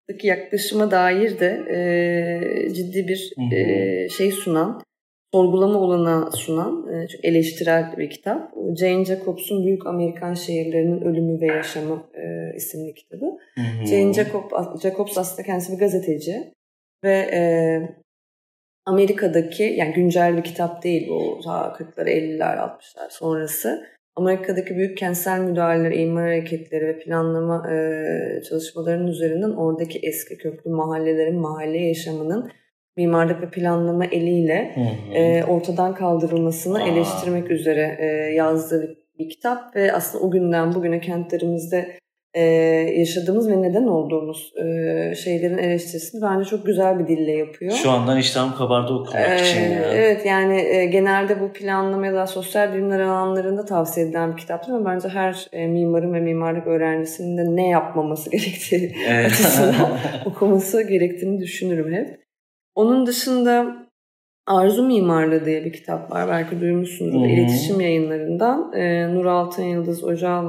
sanattaki yaklaşıma dair de ciddi bir şey sunan, sorgulama olanağı sunan, çok eleştirel bir kitap. Jane Jacobs'un Büyük Amerikan Şehirlerinin Ölümü ve Yaşamı isimli kitabı. Jane Jacobs aslında kendisi bir gazeteci ve Amerika'daki, yani güncel bir kitap değil bu, ta 40'lar, 50'ler, 60'lar sonrası. Amerika'daki büyük kentsel müdahaleler, imar hareketleri ve planlama çalışmalarının üzerinden oradaki eski köklü mahallelerin, mahalle yaşamının mimarlık ve planlama eliyle ortadan kaldırılmasını eleştirmek üzere yazdığı bir kitap ve aslında o günden bugüne kentlerimizde yaşadığımız ve neden olduğumuz şeylerin eleştirisini bence çok güzel bir dille yapıyor. Şu andan iştahım kabardı okumak için ya. Evet, yani genelde bu planlama ya da sosyal bilimler alanlarında tavsiye edilen bir kitaptır ama bence her mimarın ve mimarlık öğrencisinin de ne yapmaması gerektiği açısından okuması gerektiğini düşünürüm hep. Onun dışında Arzu Mimarlığı diye bir kitap var. Belki duymuşsunuzdur. İletişim Yayınlarından Nur Altın Yıldız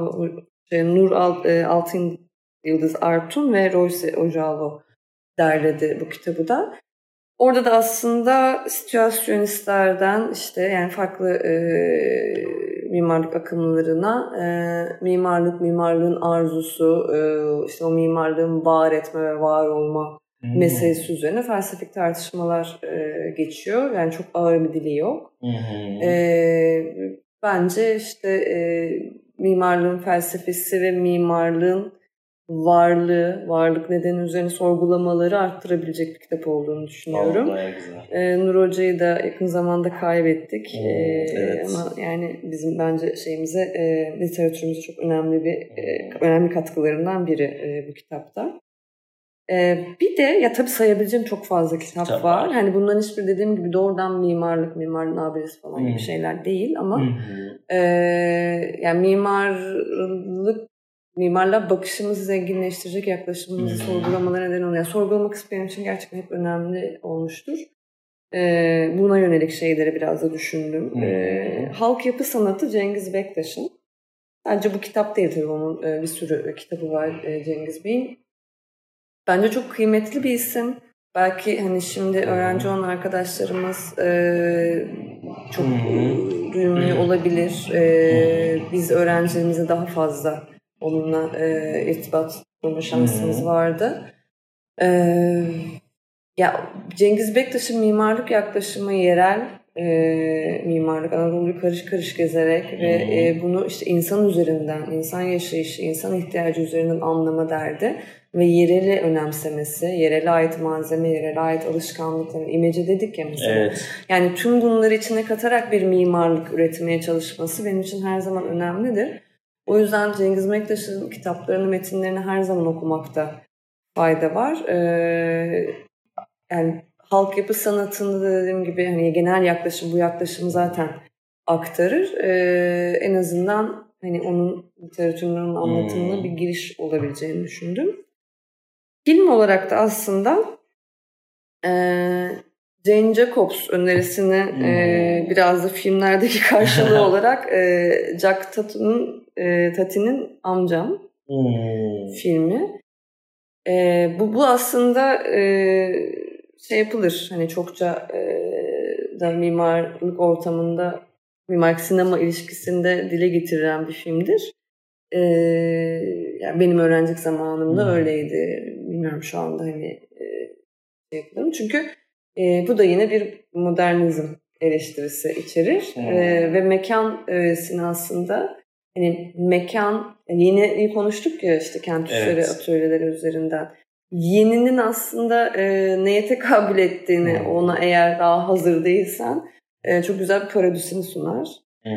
Artun ve Royce Ojalo derledi bu kitabı da. Orada da aslında situasyonistlerden işte yani farklı mimarlık akımlarına mimarlığın arzusu, işte o mimarlığın var etme ve var olma meselesi üzerine felsefik tartışmalar geçiyor. Yani çok ağır bir dili yok. Bence işte mimarlığın felsefesi ve mimarlığın varlık nedeni üzerine sorgulamaları arttırabilecek bir kitap olduğunu düşünüyorum. Nur Hoca'yı da yakın zamanda kaybettik. Evet. Ama yani bizim bence literatürümüze çok önemli katkılarından biri bu kitapta. Bir de ya tabii sayabileceğim çok fazla kitap var. Hani bunların hiçbir dediğim gibi doğrudan mimarın abidesi falan gibi şeyler değil ama yani mimarlığa bakışımızı zenginleştirecek, yaklaşımımızı sorgulamalara neden oluyor. Yani sorgulamak isteyen için gerçekten hep önemli olmuştur. Buna yönelik şeyleri biraz da düşündüm. Halk Yapı Sanatı Cengiz Bektaş'ın. Bence bu kitap değil tabii, onun bir sürü kitabı var Cengiz Bey'in. Bence çok kıymetli bir isim. Belki hani şimdi öğrenci olan arkadaşlarımız çok duymuyor olabilir. Biz öğrencilerimize daha fazla onunla irtibat kurma şansımız vardı. Ya Cengiz Bektaş'ın mimarlık yaklaşımı yerel mimarlık, Anadolu'yu karış karış gezerek ve bunu işte insan üzerinden, insan yaşayışı, insan ihtiyacı üzerinden anlama derdi ve yereli önemsemesi, yerele ait malzeme, yerele ait alışkanlıkları, imece dedik ya mesela. Evet. Yani tüm bunları içine katarak bir mimarlık üretmeye çalışması benim için her zaman önemlidir. O yüzden Cengiz Bektaş'ın kitaplarını, metinlerini her zaman okumakta fayda var. Yani halk yapı sanatında da dediğim gibi hani genel yaklaşım, bu yaklaşımı zaten aktarır. En azından hani onun literatürünün anlatımına bir giriş olabileceğini düşündüm. Film olarak da aslında Jane Jacobs önerisini biraz da filmlerdeki karşılığı olarak Jack Tati'nin Amcam filmi. Bu aslında şey yapılır, hani çokça da mimarlık ortamında, mimarlık sinema ilişkisinde dile getirilen bir filmdir. Yani benim öğrencilik zamanımda öyleydi. Bilmiyorum şu anda hani şey yapalım. Çünkü bu da yine bir modernizm eleştirisi içerir. Ve mekan öğesini aslında hani mekan, yani yine konuştuk ya işte kent işleri atölyeleri üzerinden. Yeninin aslında neye tekabül ettiğini, ona eğer daha hazır değilsen çok güzel bir parodisini sunar.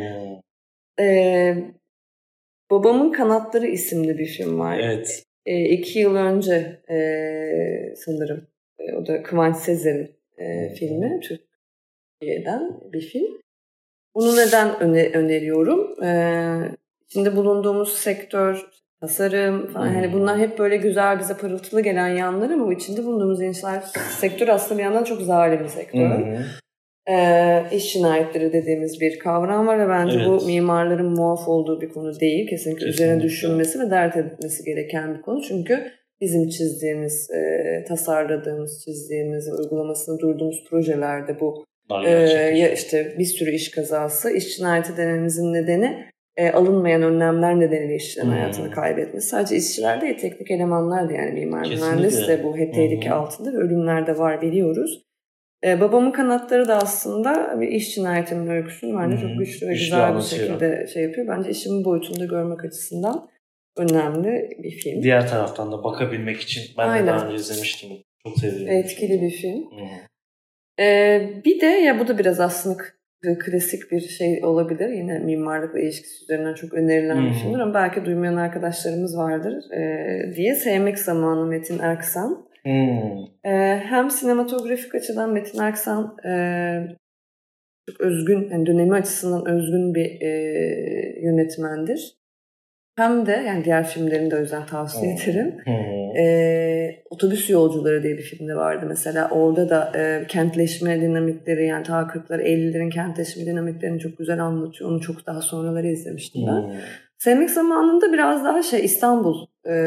Babamın Kanatları isimli bir film var. Evet. 2 yıl önce sanırım. O da Kıvanç Sezer'in filmi. Türkiye'den bir film. Bunu neden öneriyorum? Şimdi bulunduğumuz sektör, tasarım falan, hani bunlar hep böyle güzel, bize parıltılı gelen yanları ama içinde bulunduğumuz inşaat sektörü aslında bir yandan çok zalim bir sektör. İş cinayetleri dediğimiz bir kavram var ve bence bu mimarların muaf olduğu bir konu değil. Kesinlikle üzerine düşünmesi ve dert edilmesi gereken bir konu. Çünkü bizim çizdiğimiz, tasarladığımız, çizdiğimiz, uygulamasını durduğumuz projelerde bu ya işte bir sürü iş kazası, iş cinayeti dememizin nedeni alınmayan önlemler nedeniyle işçilerin hayatını kaybetmesi. Sadece işçiler değil, teknik elemanlar da, yani mimar, mühendis de bu hep tehlike altında ve ölümler de var, biliyoruz. Babamın Kanatları da aslında bir iş cinayetinin öyküsünü bence çok güçlü ve güzel bir şekilde şey yapıyor. Bence işimin boyutunu da görmek açısından önemli bir film. Diğer taraftan da bakabilmek için ben de daha önce izlemiştim. Çok sevdiğim. Etkili bir film. Bir de ya bu da biraz aslında klasik bir şey olabilir. Yine mimarlıkla ilişkisi üzerinden çok önerilen bir filmdir ama belki duymayan arkadaşlarımız vardır diye. Sevmek Zamanı, Metin Erksan. Hem sinematografik açıdan Metin Erksan çok özgün, yani dönemi açısından özgün bir yönetmendir. Hem de yani diğer filmlerini de o yüzden tavsiye ederim. Otobüs Yolcuları diye bir filmde vardı mesela. Orada da kentleşme dinamikleri, yani ta 40'lar 50'lerin kentleşme dinamiklerini çok güzel anlatıyor. Onu çok daha sonraları izlemiştim ben. Sevmek Zamanı'nda biraz daha İstanbul.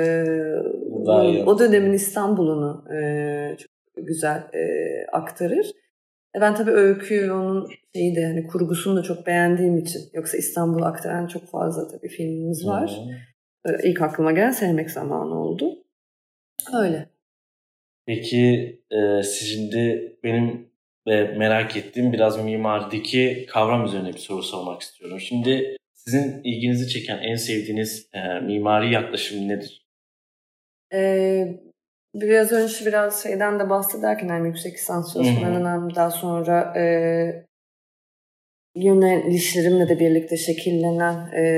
O dönemin İstanbul'unu çok güzel aktarır. Ben tabii öyküyü, onun hani kurgusunu da çok beğendiğim için. Yoksa İstanbul'u aktaran çok fazla tabii filmimiz var. İlk aklıma gelen Sevmek Zamanı oldu. Öyle. Peki şimdi benim merak ettiğim biraz mimarideki kavram üzerine bir soru sormak istiyorum. Şimdi sizin ilginizi çeken en sevdiğiniz mimari yaklaşım nedir? Biraz önce şeyden de bahsederken, yani yüksek lisans çalışmalarından daha sonra yönelişlerimle de birlikte şekillenen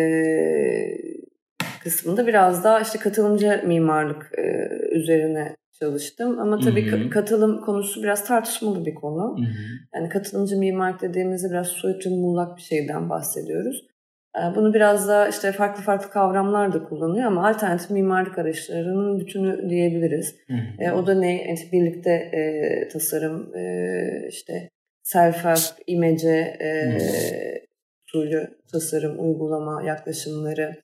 kısmında biraz daha katılımcı mimarlık üzerine çalıştım. Ama tabii katılım konusu biraz tartışmalı bir konu. Yani katılımcı mimarlık dediğimizde biraz soyut ve muğlak bir şeyden bahsediyoruz. Bunu biraz da farklı kavramlar da kullanıyor ama alternatif mimarlık araçlarının bütünü diyebiliriz. O da ne? Birlikte tasarım, self-help, imece, usulü tasarım, uygulama yaklaşımları,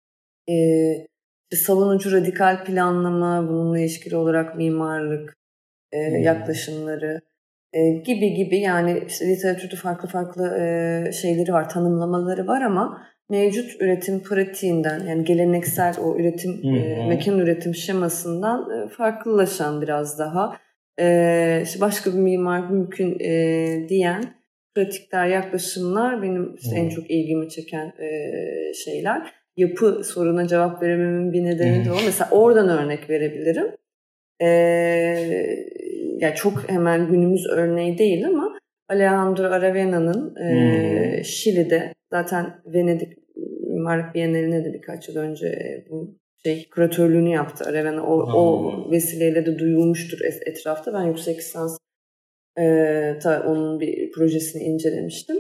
savunucu radikal planlama, bununla ilişkili olarak mimarlık yaklaşımları gibi yani literatürde farklı şeyleri var, tanımlamaları var ama mevcut üretim pratiğinden, yani geleneksel o üretim mekan üretim şemasından farklılaşan biraz daha başka bir mimar mümkün diyen pratikler, yaklaşımlar benim en çok ilgimi çeken şeyler. Yapı soruna cevap verememin bir nedeni de o. Mesela oradan örnek verebilirim. Yani çok hemen günümüz örneği değil ama Alejandro Aravena'nın Şili'de, zaten Venedik Mimarlık Bienali'ne de birkaç yıl önce bu küratörlüğünü yaptı Aravena. O vesileyle de duyulmuştur etrafta. Ben yüksek lisans onun bir projesini incelemiştim.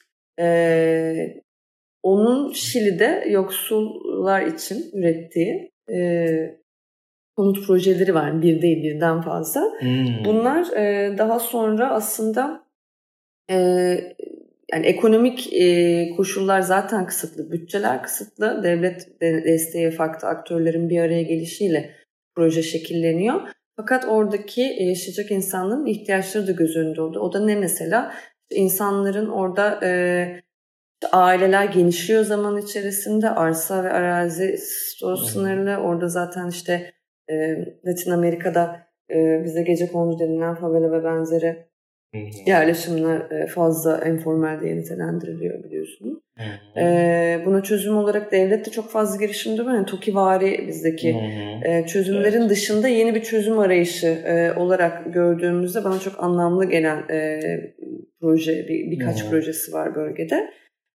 Onun Şili'de yoksullar için ürettiği konut projeleri var. Bir değil, birden fazla. Bunlar daha sonra aslında yani ekonomik koşullar zaten kısıtlı, bütçeler kısıtlı. Devlet desteği, farklı aktörlerin bir araya gelişiyle proje şekilleniyor. Fakat oradaki yaşayacak insanların ihtiyaçları da göz önünde oldu. O da ne mesela? İnsanların orada aileler genişliyor zaman içerisinde. Arsa ve arazi sınırlı. Orada zaten Latin Amerika'da bize gecekondu denilen favela ve benzeri yerleşimler fazla informal diye nitelendiriliyor, biliyorsunuz. Buna çözüm olarak devlet de çok fazla girişimde var. Yani TOKİ-vari bizdeki çözümlerin dışında yeni bir çözüm arayışı olarak gördüğümüzde bana çok anlamlı gelen proje, birkaç projesi var bölgede.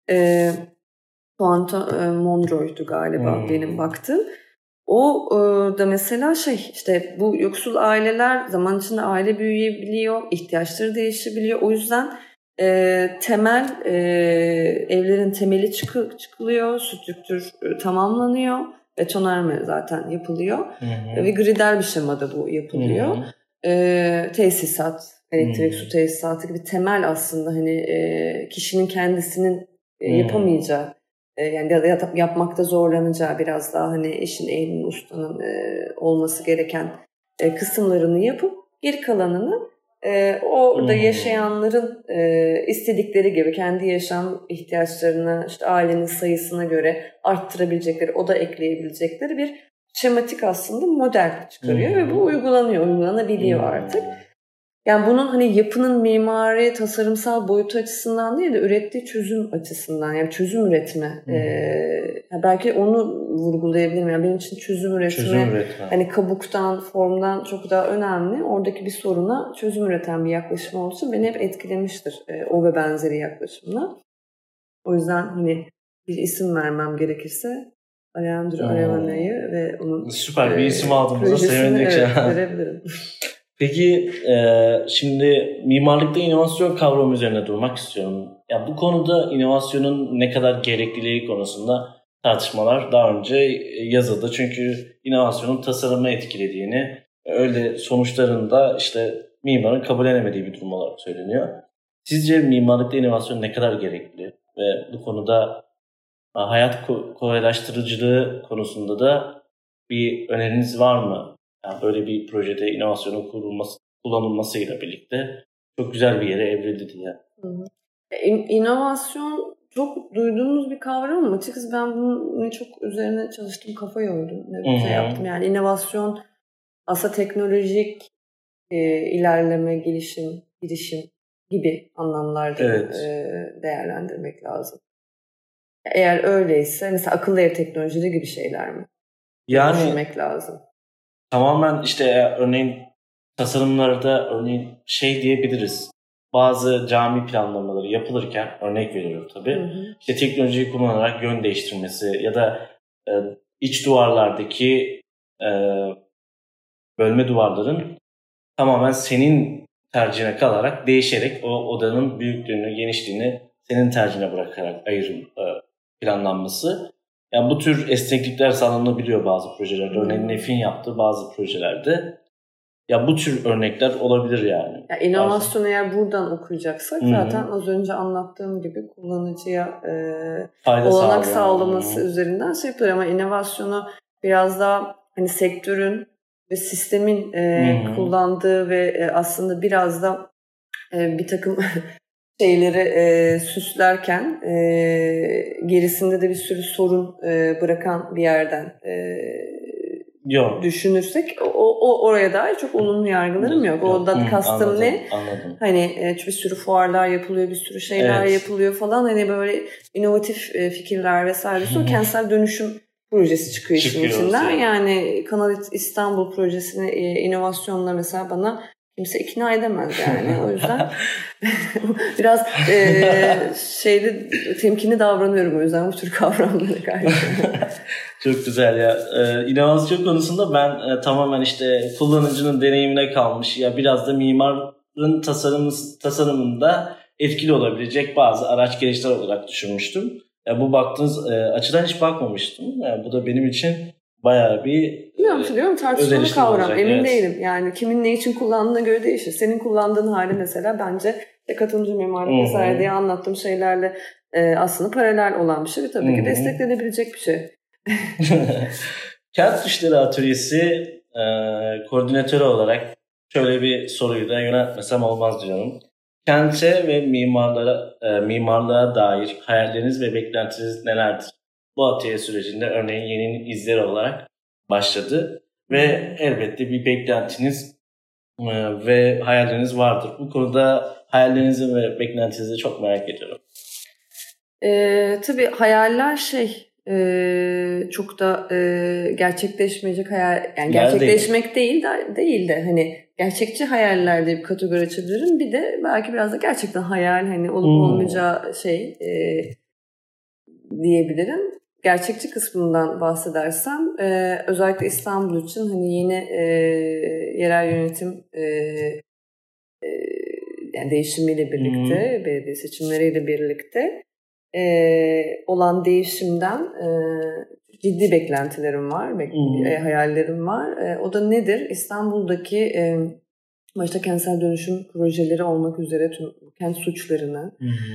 Pointe Monroe'ydu galiba benim baktığım. O da mesela bu yoksul aileler zaman içinde aile büyüyebiliyor, ihtiyaçları değişebiliyor. O yüzden temel evlerin temeli çıkılıyor, strüktür tamamlanıyor, betonarme zaten yapılıyor ve gridal bir şemada bu yapılıyor. Tesisat, elektrik su tesisatı gibi temel aslında kişinin kendisinin yapamayacağı yani ya da yapmakta zorlanacağı biraz daha hani işin ehlinin ustanın olması gereken kısımlarını yapıp geri kalanını orada yaşayanların istedikleri gibi kendi yaşam ihtiyaçlarına, işte ailenin sayısına göre arttırabilecekleri, o da ekleyebilecekleri bir şematik aslında model çıkarıyor ve bu uygulanabiliyor artık. Yani bunun hani yapının mimari, tasarımsal boyutu açısından değil de ürettiği çözüm açısından, yani çözüm üretme. Belki onu vurgulayabilirim. Yani benim için çözüm üretme, hani kabuktan, formdan çok daha önemli. Oradaki bir soruna çözüm üreten bir yaklaşım olduğu için beni hep etkilemiştir o ve benzeri yaklaşımla. O yüzden hani bir isim vermem gerekirse Alejandro Araverna'yı ve onun süper bir isim aldığımızda sevindik. Verebilirim. Peki şimdi mimarlıkta inovasyon kavramı üzerine durmak istiyorum. Ya bu konuda inovasyonun ne kadar gerekliliği konusunda tartışmalar daha önce yazıldı. Çünkü inovasyonun tasarımı etkilediğini, öyle sonuçlarında işte mimarın kabul edemediği bir durum olarak söyleniyor. Sizce mimarlıkta inovasyon ne kadar gerekli ve bu konuda hayat kolaylaştırıcılığı konusunda da bir öneriniz var mı? Yani böyle bir projede inovasyonun kullanılmasıyla birlikte çok güzel bir yere evrildi diye. İnovasyon çok duyduğumuz bir kavram ama açıkçası ben bunu çok üzerine çalıştım, kafa yordum. Şey yaptım. Yani inovasyon aslında teknolojik ilerleme, girişim gibi anlamlarda değerlendirmek lazım. Eğer öyleyse mesela akıllı ev teknolojileri gibi şeyler mi? Yani düşünmek lazım. Tamamen işte örneğin tasarımlarda örneğin şey diyebiliriz. Bazı cami planlamaları yapılırken örnek veriyorum tabii. İşte teknolojiyi kullanarak yön değiştirmesi ya da iç duvarlardaki bölme duvarların tamamen senin tercihine kalarak değişerek o odanın büyüklüğünü, genişliğini senin tercihine bırakarak planlanması. Yani bu tür esneklikler sağlanabiliyor bazı projelerde. Örneğin Nef'in yaptığı bazı projelerde. Ya bu tür örnekler olabilir yani. Ya inovasyonu eğer buradan okuyacaksak zaten az önce anlattığım gibi kullanıcıya olanak sağlaması üzerinden şey yapılır. Ama inovasyonu biraz daha hani sektörün ve sistemin kullandığı ve aslında biraz da bir takım şeyleri süslerken gerisinde de bir sürü sorun bırakan bir yerden düşünürsek oraya dair çok olumlu yargılarım yok. O da kastım ne? Anladım. Hani bir sürü fuarlar yapılıyor, bir sürü şeyler yapılıyor falan. Hani böyle inovatif fikirler vesaire. O kentsel dönüşüm projesi çıkıyor işin içinden. Yani Kanal İstanbul projesini inovasyonla mesela bana kimse ikna edemez yani. O yüzden biraz temkinli davranıyorum o yüzden bu tür kavramlara karşı. Çok güzel ya. İnovasyon konusunda ben tamamen işte kullanıcının deneyimine kalmış ya biraz da mimarın tasarımında etkili olabilecek bazı araç gereçler olarak düşünmüştüm. Ya bu baktığınız açıdan hiç bakmamıştım. Yani bu da benim için bayağı bir biliyorum tartışmalı kavram. Emin değilim. Yani kimin ne için kullandığına göre değişir. Senin kullandığın hali mesela bence katılımcı mimarlık vesaire diye anlattığım şeylerle aslında paralel olan bir şey ve tabii ki desteklenebilecek bir şey. Kent Düşleri Atölyesi koordinatörü olarak şöyle bir soruyu da yöneltmesem olmaz diyorum. Kente ve mimarlığa dair hayalleriniz ve beklentiniz nelerdir? Bu atölye sürecinde örneğin yeni izleri olarak başladı ve elbette bir beklentiniz ve hayalleriniz vardır. Bu konuda hayallerinizi ve beklentinizi çok merak ediyorum. Tabii hayaller çok da gerçekleşmeyecek hayal, yani gerçekleşmek değil de hani gerçekçi hayaller diye bir kategori açabilirim. Bir de belki biraz da gerçekten hayal hani olup olmayacağı diyebilirim. Gerçekçi kısmından bahsedersem özellikle İstanbul için hani yeni yerel yönetim yani değişimiyle birlikte, belediye seçimleriyle birlikte olan değişimden ciddi beklentilerim var, hayallerim var. O da nedir? İstanbul'daki başta kentsel dönüşüm projeleri olmak üzere tüm kent suçlarını,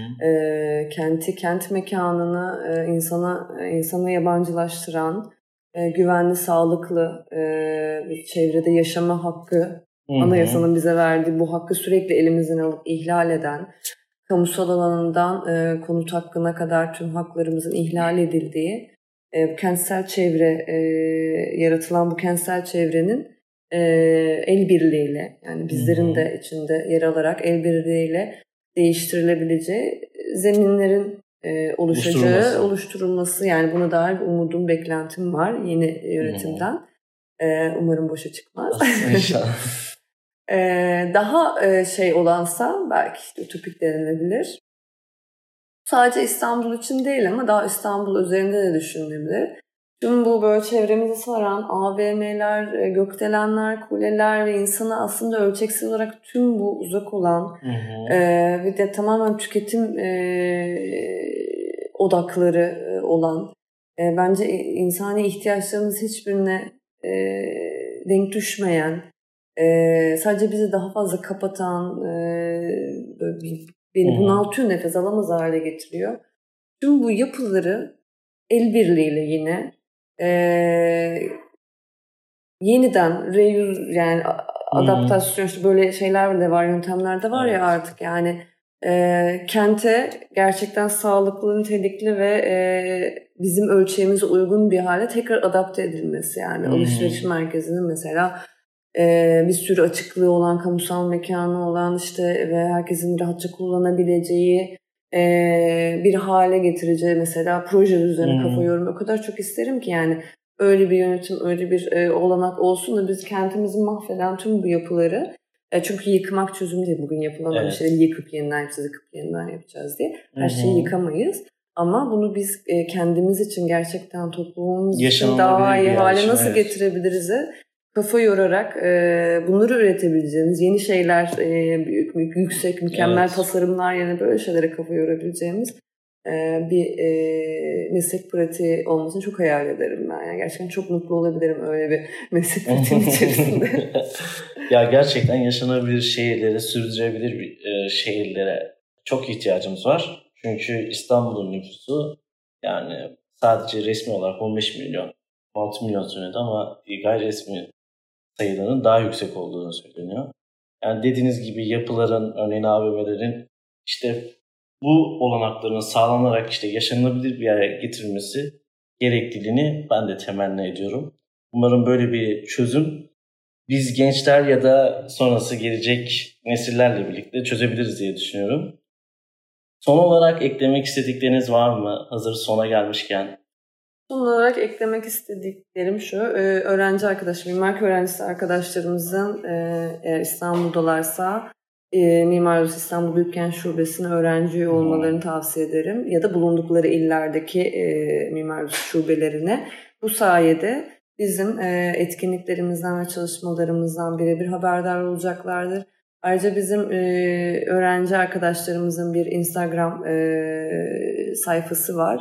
kent mekanını insana yabancılaştıran, güvenli, sağlıklı bir çevrede yaşama hakkı, anayasanın bize verdiği bu hakkı sürekli elimizden alıp ihlal eden, kamusal alanından konut hakkına kadar tüm haklarımızın ihlal edildiği, kentsel çevre, yaratılan bu kentsel çevrenin el birliğiyle, yani bizlerin de içinde yer alarak el birliğiyle değiştirilebileceği zeminlerin oluşturulması. Yani buna dair bir umudum, beklentim var yeni yönetimden. Umarım boşa çıkmaz. İnşallah. Daha olansa belki ütopik denilebilir. Sadece İstanbul için değil ama daha İstanbul üzerinde de düşünülebilir. Tüm bu böyle çevremizi saran AVM'ler, gökdelenler, kuleler ve insanı aslında ölçeksiz olarak tüm bu uzak olan ve de tamamen tüketim odakları olan, bence insani ihtiyaçlarımız hiçbirine denk düşmeyen, sadece bizi daha fazla kapatan, beni bunaltıyor, nefes alamaz hale getiriyor. Tüm bu yapıları el birliğiyle yine yeniden yani adaptasyon, işte böyle şeyler de var, yöntemler de var ya artık, yani kente gerçekten sağlıklı, nitelikli ve bizim ölçeğimize uygun bir hale tekrar adapte edilmesi. Yani alışveriş merkezinin mesela bir sürü açıklığı olan, kamusal mekanı olan, işte ve herkesin rahatça kullanabileceği bir hale getireceği mesela proje üzerine kafa yorumu o kadar çok isterim ki, yani öyle bir yönetim, öyle bir olanak olsun da biz kentimizi mahveden tüm bu yapıları, çünkü yıkmak çözüm değil, bugün yapılan bir şeyleri yıkıp yeniden yapacağız diye her şeyi yıkamayız. Ama bunu biz kendimiz için, gerçekten toplumumuz için daha iyi hale nasıl getirebiliriz'e kafa yorarak bunları üretebileceğimiz yeni şeyler, büyük, yüksek, mükemmel tasarımlar, yani böyle şeylere kafa yorabileceğimiz bir meslek pratiği olmasını çok hayal ederim ben. Yani gerçekten çok mutlu olabilirim öyle bir meslek pratiğinin içerisinde. Ya gerçekten yaşanabilir şehirlere, sürdürülebilir şehirlere çok ihtiyacımız var. Çünkü İstanbul'un nüfusu yani sadece resmi olarak 15 milyon, 6 milyon söyledi ama gayri resmi sayılarının daha yüksek olduğunu söyleniyor. Yani dediğiniz gibi yapıların, örneğin AVM'lerin işte bu olanakların sağlanarak işte yaşanılabilir bir yere getirilmesi gerekliliğini ben de temenni ediyorum. Umarım böyle bir çözüm biz gençler ya da sonrası gelecek nesillerle birlikte çözebiliriz diye düşünüyorum. Son olarak eklemek istedikleriniz var mı? Hazır sona gelmişken. Son olarak eklemek istediklerim şu: öğrenci mimarlık öğrencisi arkadaşlarımızın eğer İstanbul'dalarsa Mimar Odası İstanbul Büyükkent Şubesi'ne öğrenci olmalarını tavsiye ederim. Ya da bulundukları illerdeki Mimar Odası şubelerine. Bu sayede bizim etkinliklerimizden ve çalışmalarımızdan birebir haberdar olacaklardır. Ayrıca bizim öğrenci arkadaşlarımızın bir Instagram sayfası var.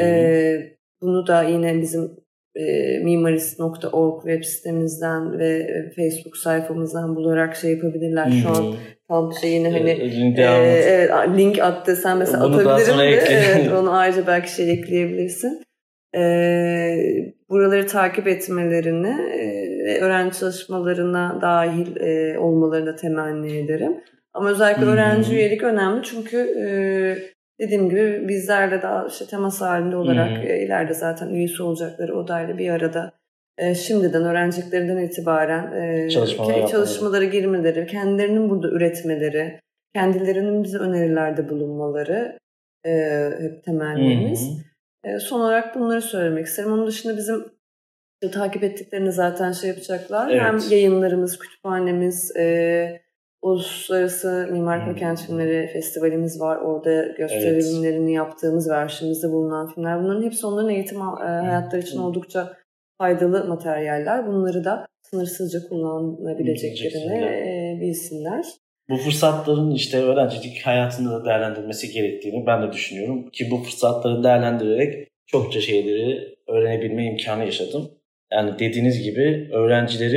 Bunu da yine bizim mimarist.org web sitemizden ve Facebook sayfamızdan bularak yapabilirler. Şu an tam yine link attı. Sen mesela bunu atabilirim de onu ayrıca belki ekleyebilirsin. Buraları takip etmelerini ve öğrenci çalışmalarına dahil olmalarını temenni ederim. Ama özellikle öğrenci üyelik önemli, çünkü dediğim gibi bizlerle daha temas halinde olarak ileride zaten üyesi olacakları odayla bir arada şimdiden öğrenciliklerinden itibaren çalışmalara girmeleri, kendilerinin burada üretmeleri, kendilerinin bize önerilerde bulunmaları hep temennimiz. Son olarak bunları söylemek isterim. Onun dışında bizim takip ettiklerini zaten yapacaklar. Evet. Hem yayınlarımız, kütüphanemiz, Uluslararası Mimarlık ve Kent Filmleri Festivalimiz var. Orada gösterimlerini yaptığımız ve arşivimizde bulunan filmler. Bunların hepsi onların eğitim hayatları için oldukça faydalı materyaller. Bunları da sınırsızca kullanabileceklerini bilsinler. Bu fırsatların işte öğrencilik hayatında da değerlendirilmesi gerektiğini ben de düşünüyorum. Ki bu fırsatları değerlendirerek çokça şeyleri öğrenebilme imkanı yaşadım. Yani dediğiniz gibi öğrencilerin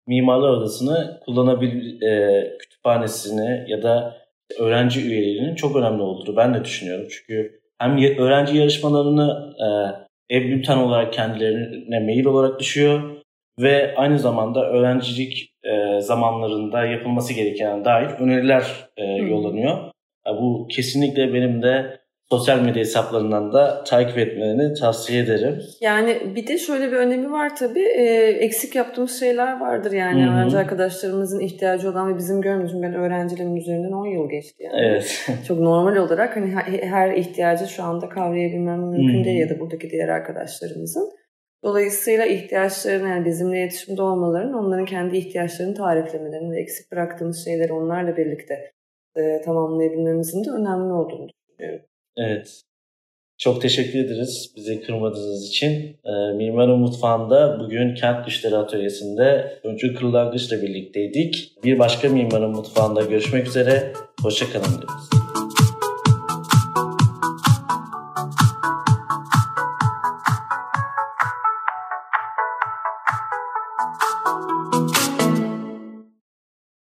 Mimarlar Odası'nı kütüphanesini ya da öğrenci üyelerinin çok önemli olduğunu ben de düşünüyorum. Çünkü hem öğrenci yarışmalarını e-bülten olarak kendilerine mail olarak düşüyor ve aynı zamanda öğrencilik zamanlarında yapılması gereken dair öneriler yollanıyor. Bu kesinlikle benim de sosyal medya hesaplarından da takip etmelerini tavsiye ederim. Yani bir de şöyle bir önemi var tabii. Eksik yaptığımız şeyler vardır yani. Öğrenci arkadaşlarımızın ihtiyacı olan ve bizim görmediğimiz. Ben öğrenciliğimin üzerinden 10 yıl geçti yani. Evet. Çok normal olarak hani her ihtiyacı şu anda kavrayabilmem mümkün değil ya da buradaki diğer arkadaşlarımızın. Dolayısıyla ihtiyaçlarını yani bizimle iletişimde olmalarının onların kendi ihtiyaçlarını tariflemelerini ve eksik bıraktığımız şeyleri onlarla birlikte tamamlayabilmemizin de önemli olduğunu düşünüyorum. Evet. Çok teşekkür ederiz bizi kırmadığınız için. Mimarın Mutfağı'nda bugün Kent Düşleri Atölyesi'nde Öncü Kırlangıç'la birlikteydik. Bir başka Mimarın Mutfağı'nda görüşmek üzere. Hoşça kalın diyoruz.